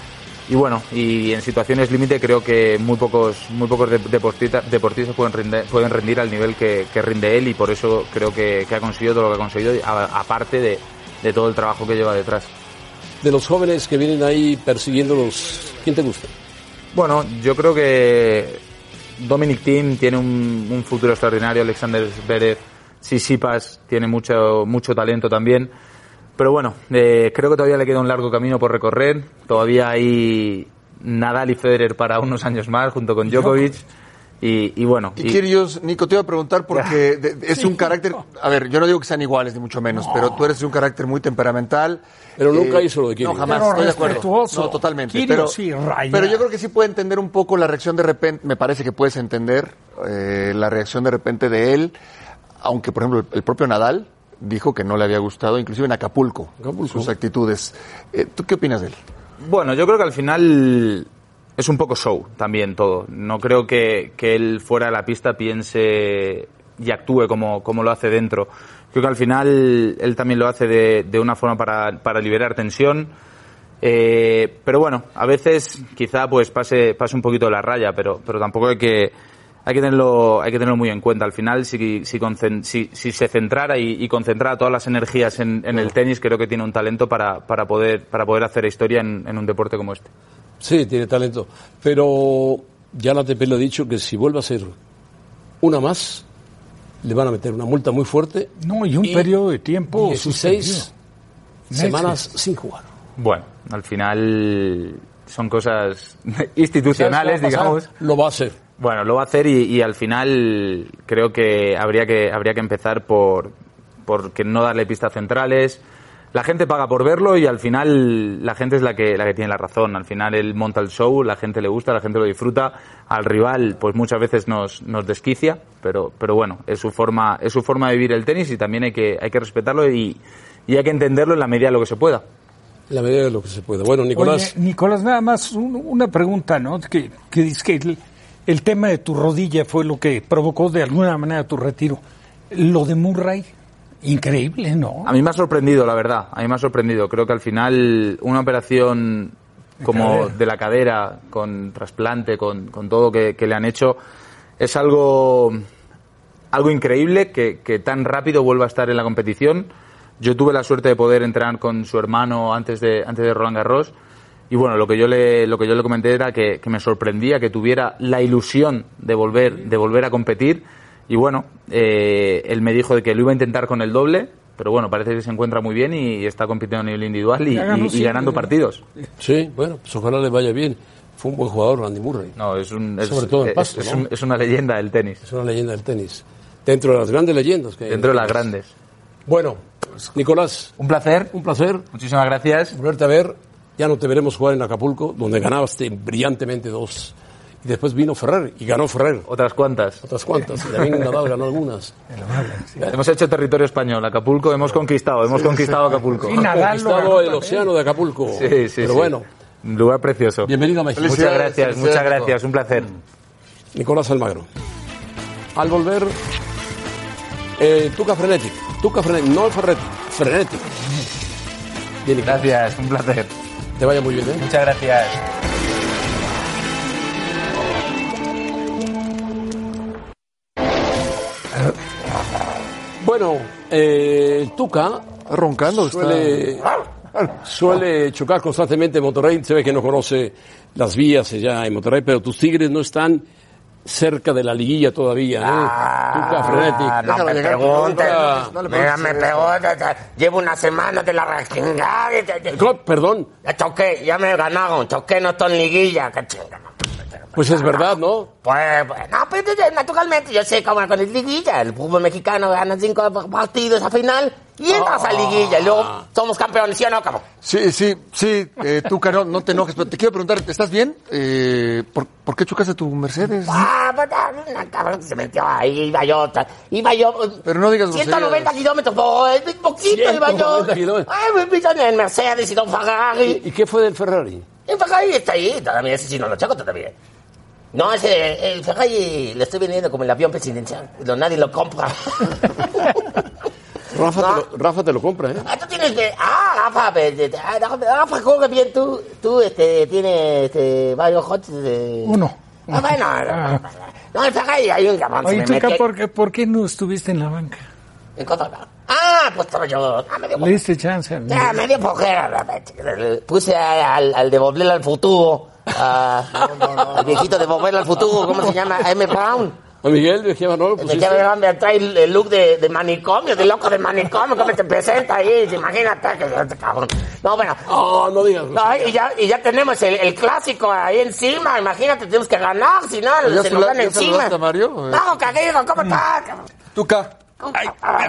Speaker 11: y bueno, y en situaciones límite creo que muy pocos muy pocos deportistas, deportistas pueden, rendir, pueden rendir al nivel que, que rinde él, y por eso creo que, que ha conseguido todo lo que ha conseguido, a, aparte de, de todo el trabajo que lleva detrás.
Speaker 2: De los jóvenes que vienen ahí persiguiéndolos, ¿quién te gusta?
Speaker 11: Bueno, yo creo que Dominic Thiem tiene un, un futuro extraordinario, Alexander Zverev, Tsitsipas tiene mucho mucho talento también. Pero bueno, eh, creo que todavía le queda un largo camino por recorrer. Todavía hay Nadal y Federer para unos años más, junto con Djokovic. Y, y bueno.
Speaker 5: Y, y Kyrgios, Nico, te iba a preguntar porque de, de, es sí. un carácter... A ver, yo no digo que sean iguales, ni mucho menos, no. pero tú eres un carácter muy temperamental.
Speaker 2: Pero eh, nunca hizo lo de
Speaker 5: No,
Speaker 2: Kyrgios.
Speaker 5: jamás,
Speaker 3: pero
Speaker 5: estoy de acuerdo. No, totalmente.
Speaker 3: Kyrgios,
Speaker 5: pero,
Speaker 3: sí, raya.
Speaker 5: pero yo creo que sí puede entender un poco la reacción de repente, me parece que puedes entender eh, la reacción de repente de él, aunque, por ejemplo, el, el propio Nadal dijo que no le había gustado, inclusive en Acapulco, Acapulco. sus actitudes. Eh, ¿Tú qué opinas de él?
Speaker 11: Bueno, yo creo que al final es un poco show también todo. No creo que, que él fuera de la pista piense y actúe como, como lo hace dentro. Creo que al final él también lo hace de, de una forma para, para liberar tensión. Eh, pero bueno, a veces quizá pues pase, pase un poquito la raya, pero, pero tampoco hay que... Hay que tenerlo, hay que tenerlo muy en cuenta. Al final, si, si, si, si se centrara y, y concentrara todas las energías en, en el tenis, creo que tiene un talento para, para poder, para poder hacer historia en, en un deporte como este.
Speaker 2: Sí, tiene talento. Pero ya la A T P le ha dicho que si vuelve a ser una más, le van a meter una multa muy fuerte.
Speaker 3: No, y un y periodo de tiempo
Speaker 2: dieciséis semanas sin jugar.
Speaker 11: Bueno, al final son cosas institucionales, digamos.
Speaker 2: Lo va a hacer.
Speaker 11: Bueno, lo va a hacer y, y al final creo que habría que habría que empezar por, por que no darle pistas centrales. La gente paga por verlo y al final la gente es la que la que tiene la razón. Al final él monta el show, la gente le gusta, la gente lo disfruta. Al rival pues muchas veces nos, nos desquicia, pero pero bueno, es su forma es su forma de vivir el tenis y también hay que hay que respetarlo y, y hay que entenderlo en la medida de lo que se pueda.
Speaker 2: En la medida de lo que se pueda. Bueno, Nicolás.
Speaker 3: Oye, Nicolás, nada más un, una pregunta, ¿no? Que, que dice que el, el tema de tu rodilla fue lo que provocó de alguna manera tu retiro. Lo de Murray, increíble, ¿no?
Speaker 11: A mí me ha sorprendido, la verdad. A mí me ha sorprendido. Creo que al final una operación como de la cadera, con trasplante, con, con todo que, que le han hecho, es algo, algo increíble que, que tan rápido vuelva a estar en la competición. Yo tuve la suerte de poder entrenar con su hermano antes de, antes de Roland Garros. Y bueno, lo que yo le, lo que yo le comenté era que, que me sorprendía que tuviera la ilusión de volver, de volver a competir. Y bueno, eh, él me dijo de que lo iba a intentar con el doble, pero bueno, parece que se encuentra muy bien y está compitiendo a nivel individual y, ganó, y, sí, y ganando sí. partidos.
Speaker 2: Sí, bueno, pues ojalá le vaya bien. Fue un buen jugador, Andy Murray.
Speaker 11: No, es un, es,
Speaker 2: sobre todo en pasto,
Speaker 11: es,
Speaker 2: ¿no?
Speaker 11: es, un, es una leyenda del tenis.
Speaker 2: Es una leyenda del tenis. Dentro de las grandes leyendas que hay.
Speaker 11: Dentro de las grandes.
Speaker 2: Bueno, Nicolás.
Speaker 11: Un placer.
Speaker 2: Un placer.
Speaker 11: Muchísimas gracias.
Speaker 2: Volverte a ver. Ya no te veremos jugar en Acapulco, donde ganaste brillantemente dos. Y después vino Ferrer, y ganó Ferrer.
Speaker 11: Otras cuantas.
Speaker 2: Otras cuantas. Y también Nadal ganó algunas.
Speaker 11: Sí. Hemos hecho territorio español. Acapulco hemos conquistado. Hemos sí, conquistado sí. Acapulco.
Speaker 2: Sí, Nadal conquistado el océano de Acapulco.
Speaker 11: Sí, sí,
Speaker 2: Pero
Speaker 11: sí.
Speaker 2: bueno.
Speaker 11: Un lugar precioso.
Speaker 2: Bienvenido a México.
Speaker 11: Muchas gracias, muchas gracias. Un placer.
Speaker 2: Nicolás Almagro. Al volver, eh, Tuca Frenetic. Tuca Frenetic, no Ferretti. Frenetic.
Speaker 11: Bien, gracias, un placer.
Speaker 2: Te vaya muy bien, ¿eh?
Speaker 11: Muchas gracias.
Speaker 2: Bueno, eh, Tuca
Speaker 5: roncando
Speaker 2: suele,
Speaker 5: está...
Speaker 2: suele chocar constantemente en Monterrey. Se ve que no conoce las vías ya en Monterrey, pero tus Tigres no están cerca de la liguilla todavía, ¿eh?
Speaker 12: Ah,
Speaker 2: Tuca Frenetic.
Speaker 12: No me preguntes, no, mira, me preguntes, llevo una semana de la rechingada.
Speaker 2: Perdón.
Speaker 12: Ya choqué, ya me ganaron, choqué, no estoy en liguilla, qué chingada.
Speaker 2: Pues es verdad, ¿no?
Speaker 12: Pues, pues no, pero naturalmente, yo sé cómo con el liguilla, el fútbol mexicano gana cinco partidos a final y entras oh. a liguilla y luego somos campeones, ¿sí o no, cabrón?
Speaker 5: Sí, sí, sí, eh, tú, Caro, no te enojes, pero te quiero preguntar, ¿estás bien? Eh, ¿por, ¿Por qué chocaste tu Mercedes?
Speaker 12: Ah, pues, una cabrón que se metió ahí, iba yo, iba yo.
Speaker 5: Pero no digas
Speaker 12: ciento noventa kilómetros, oh, es muy poquito, iba yo. Ay, me pisan en el Mercedes y no Ferrari.
Speaker 2: ¿Y qué fue del Ferrari?
Speaker 12: El Ferrari está ahí, todavía ese sí no lo choco todavía. No, ese, el Ferrari le estoy vendiendo como el avión presidencial, pero nadie lo compra.
Speaker 2: Rafa,
Speaker 12: ¿no?
Speaker 2: te lo, Rafa te lo compra, ¿eh?
Speaker 12: Ah, tú tienes que... Ah, Rafa, Rafa, Rafa juega bien. Tú, tú este, tienes este, varios hots de...
Speaker 3: Uno.
Speaker 12: Ah, bueno.
Speaker 3: Ah.
Speaker 12: No, el Ferrari hay un cabrón.
Speaker 3: Oye,
Speaker 12: se me
Speaker 3: Tuca,
Speaker 12: mete-
Speaker 3: ¿por qué, ¿por qué no estuviste en la banca?
Speaker 12: ¿En cosa? Ah, pues estaba yo... Ah, me dio
Speaker 3: Le diste chance. ¿no?
Speaker 12: Ya, me dio flojera. Puse a- al, al de Volver al Futuro. a- el viejito de Volver al Futuro, ¿cómo se llama? A M. Brown.
Speaker 2: A Miguel de Gema, ¿no lo
Speaker 12: De
Speaker 2: pusiste?
Speaker 12: que me, me trae el, el look de, de manicomio, de loco de manicomio, ¿cómo te presenta ahí? Imagínate que este cabrón. No, bueno.
Speaker 2: Oh, no digas.
Speaker 12: No, y ya, y ya tenemos el, el clásico ahí encima. Imagínate, tenemos que ganar, si no,
Speaker 5: ¿Ya
Speaker 12: se
Speaker 5: se
Speaker 12: nos
Speaker 5: la-
Speaker 12: dan
Speaker 5: ya
Speaker 12: encima.
Speaker 5: saludaste a Mario?
Speaker 12: No, caguigo, ¿cómo estás? cabrón?
Speaker 5: Tuca.
Speaker 12: Ay,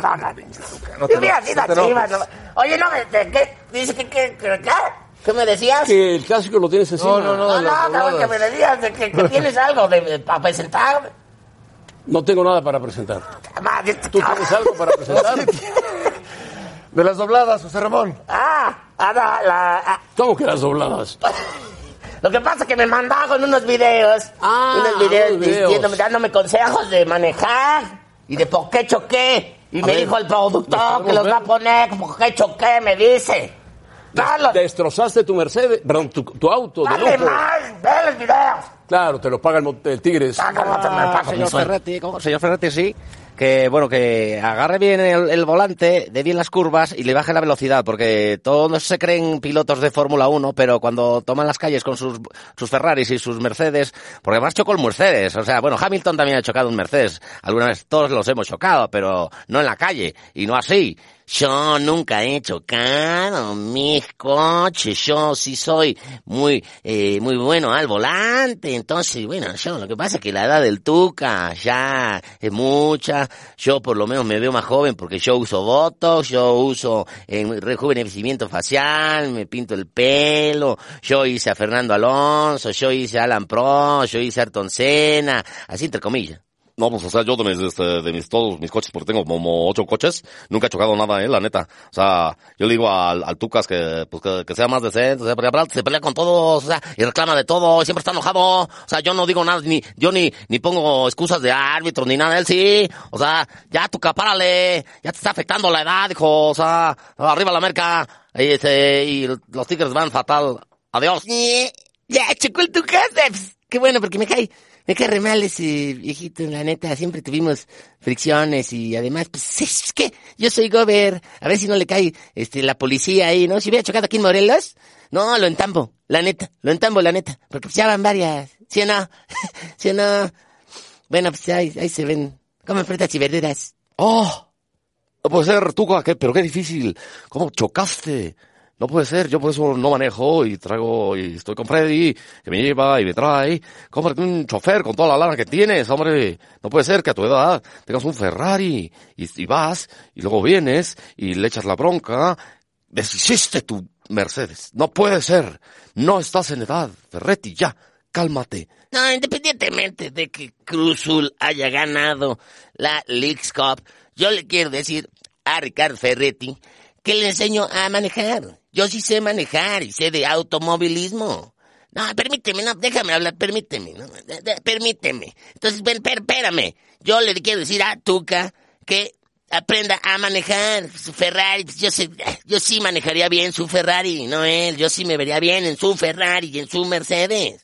Speaker 5: No
Speaker 12: Yo
Speaker 5: te
Speaker 12: hubiera
Speaker 5: enojes,
Speaker 12: sido
Speaker 5: no te
Speaker 12: Chivas,
Speaker 5: enojes.
Speaker 12: no. Oye, no, me- ¿qué? Dice que, que, que, ¿qué? ¿Qué me decías?
Speaker 2: Que el clásico lo tienes encima.
Speaker 5: No, no, no.
Speaker 12: No, no,
Speaker 5: las
Speaker 12: cabrón, que
Speaker 5: dobladas.
Speaker 12: me decías de que, que tienes algo de, de- para presentar.
Speaker 2: No tengo nada para presentar.
Speaker 12: Madre,
Speaker 2: ¿Tú tienes algo para presentar?
Speaker 5: De las dobladas, José Ramón.
Speaker 12: Ah, ah, la, la, ah.
Speaker 2: ¿Cómo que las dobladas?
Speaker 12: Lo que pasa es que me mandaron unos videos,
Speaker 2: Ah,
Speaker 12: unos videos,
Speaker 2: unos videos.
Speaker 12: diciéndome, dándome consejos de manejar y de por qué choqué. Y
Speaker 2: A
Speaker 12: me
Speaker 2: ver,
Speaker 12: dijo el productor
Speaker 2: ¿los
Speaker 12: que los
Speaker 2: podemos
Speaker 12: va a
Speaker 2: ver?
Speaker 12: poner, por qué choqué, me dice. Dale,
Speaker 2: Destrozaste tu Mercedes, perdón, tu, tu auto de
Speaker 12: dale
Speaker 2: lujo.
Speaker 12: más, ve los videos.
Speaker 2: Claro, te lo paga el, mo- el Tigres.
Speaker 12: Sácate, me pago mi
Speaker 13: Señor
Speaker 12: sueldo.
Speaker 13: Ferretti, ¿cómo? Señor Ferretti, sí. Que, bueno, que agarre bien el, el volante, dé bien las curvas y le baje la velocidad, porque todos se creen pilotos de Fórmula uno, pero cuando toman las calles con sus, sus Ferraris y sus Mercedes, porque además chocó el Mercedes, o sea, bueno, Hamilton también ha chocado un Mercedes, alguna vez todos los hemos chocado, pero no en la calle, y no así. Yo nunca he chocado mis coches, yo sí soy muy, eh, muy bueno al volante, entonces, bueno, yo, lo que pasa es que la edad del Tuca ya es mucha, yo por lo menos me veo más joven porque yo uso Botox, yo uso eh, rejuvenecimiento facial, me pinto el pelo, yo hice a Fernando Alonso, yo hice a Alan Prost, yo hice a Ayrton Senna, así entre comillas.
Speaker 14: No, pues, o sea, yo de mis, este, de mis, todos mis coches, porque tengo como ocho coches, nunca he chocado nada, eh, la neta. O sea, yo le digo al, al Tucas que, pues, que, que sea más decente, o sea, porque aparte se pelea con todos, o sea, y reclama de todo, y siempre está enojado. O sea, yo no digo nada, ni, yo ni, ni pongo excusas de árbitro, ni nada, él sí. O sea, ya, Tuca, párale, ya te está afectando la edad, hijo, o sea, arriba la merca, y, este, y los Tigres van fatal. Adiós.
Speaker 12: Ya, chocó el Tuca, pues, qué bueno, porque me cae... Me cae re mal ese viejito, la neta, siempre tuvimos fricciones y además, pues, es que yo soy gober, a ver si no le cae, este, la policía ahí, ¿no? Si hubiera chocado aquí en Morelos, no, lo entambo, la neta, lo entambo, la neta, porque pues ya van varias, ¿sí o no? ¿Sí o no? Bueno, pues ahí, ahí se ven, comen frutas y verduras.
Speaker 14: ¡Oh! No puede ser, Tuca, ¿qué? Pero qué difícil. ¿Cómo chocaste? No puede ser, yo por eso no manejo y traigo, y estoy con Freddy, que me lleva y me trae. Cómprate un chofer con toda la lana que tienes, hombre. No puede ser que a tu edad tengas un Ferrari y, y vas, y luego vienes y le echas la bronca. Deshiciste tu Mercedes. No puede ser. No estás en edad, Ferretti, ya, cálmate.
Speaker 12: No, independientemente de que Cruzul haya ganado la Leagues Cup, yo le quiero decir a Ricardo Ferretti que le enseño a manejar. Yo sí sé manejar y sé de automovilismo. No, permíteme, no, déjame hablar, permíteme, no, de, de, permíteme. Entonces, ven, per, espérame. Yo le quiero decir a Tuca que aprenda a manejar su Ferrari. Yo sé, yo sí manejaría bien su Ferrari, no él. Yo sí me vería bien en su Ferrari y en su Mercedes.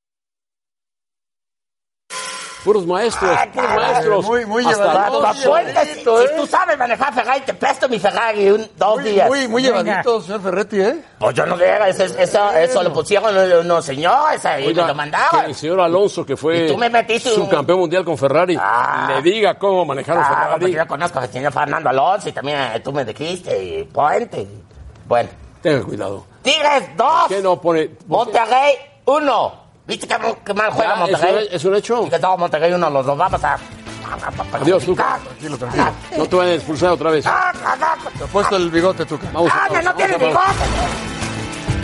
Speaker 2: Puros maestros,
Speaker 12: Ah,
Speaker 2: puros
Speaker 12: caray,
Speaker 2: maestros.
Speaker 5: muy, muy
Speaker 2: Hasta
Speaker 5: llevadito,
Speaker 2: dos.
Speaker 5: muy llevadito,
Speaker 12: Si,
Speaker 5: ¿eh?
Speaker 12: si tú sabes manejar Ferrari, te presto mi Ferrari un, dos
Speaker 5: Muy,
Speaker 12: días.
Speaker 5: muy, muy llevadito, señor Ferretti, ¿eh?
Speaker 12: Pues yo no diga, eso, eso, eso lo pusieron unos señores ahí,
Speaker 2: Oiga,
Speaker 12: me lo mandaban.
Speaker 2: que el señor Alonso, que fue
Speaker 12: Y tú me metiste un-
Speaker 2: subcampeón mundial con Ferrari,
Speaker 12: Ah.
Speaker 2: le diga cómo manejar un
Speaker 12: Ah,
Speaker 2: Ferrari.
Speaker 12: pues yo conozco al señor Fernando Alonso y también eh, tú me dijiste, y Puente. Bueno,
Speaker 2: Tenga cuidado.
Speaker 12: Tigres dos,
Speaker 2: ¿Qué no pone?
Speaker 12: Monterrey uno. ¿Viste qué, qué mal juega
Speaker 2: Ya,
Speaker 12: Monterrey?
Speaker 2: ¿es un- es un hecho?
Speaker 12: Y que todo Monterrey uno, los, los vamos a...
Speaker 2: Adiós, Tuca.
Speaker 5: Tranquilo, tranquilo.
Speaker 2: No te vayan a expulsar otra vez.
Speaker 12: Ah,
Speaker 5: Te he puesto el bigote, Tuca.
Speaker 2: Vamos a
Speaker 12: ¡Ah,
Speaker 2: pausa,
Speaker 12: no tiene
Speaker 2: vamos a pausa.
Speaker 12: bigote!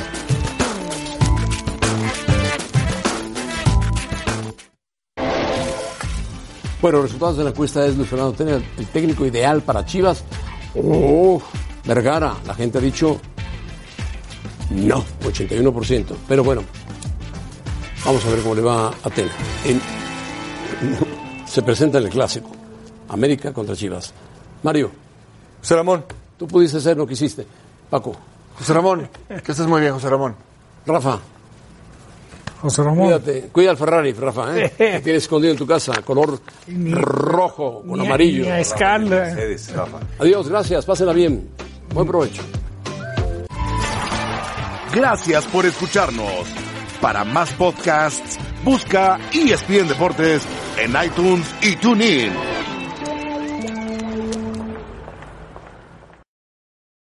Speaker 2: Bueno, los resultados de la encuesta es Luis Fernando Tena, el técnico ideal para Chivas. ¡Oh! Vergara, la gente ha dicho no, ochenta y uno por ciento. Pero bueno, vamos a ver cómo le va a Tena. En- se presenta en el clásico, América contra Chivas. Mario.
Speaker 5: José Ramón.
Speaker 2: Tú pudiste ser, no quisiste. Paco.
Speaker 5: José Ramón, que estés muy bien, José Ramón.
Speaker 2: Rafa.
Speaker 3: José Ramón.
Speaker 2: Cuídate, cuida el Ferrari, Rafa, ¿eh? Que tienes escondido en tu casa, color ni, rojo con
Speaker 3: ni
Speaker 2: amarillo.
Speaker 3: Ni a escala.
Speaker 2: Adiós, gracias, pásenla bien. Buen provecho.
Speaker 1: Gracias por escucharnos. Para más podcasts, busca E S P N Deportes en iTunes y TuneIn.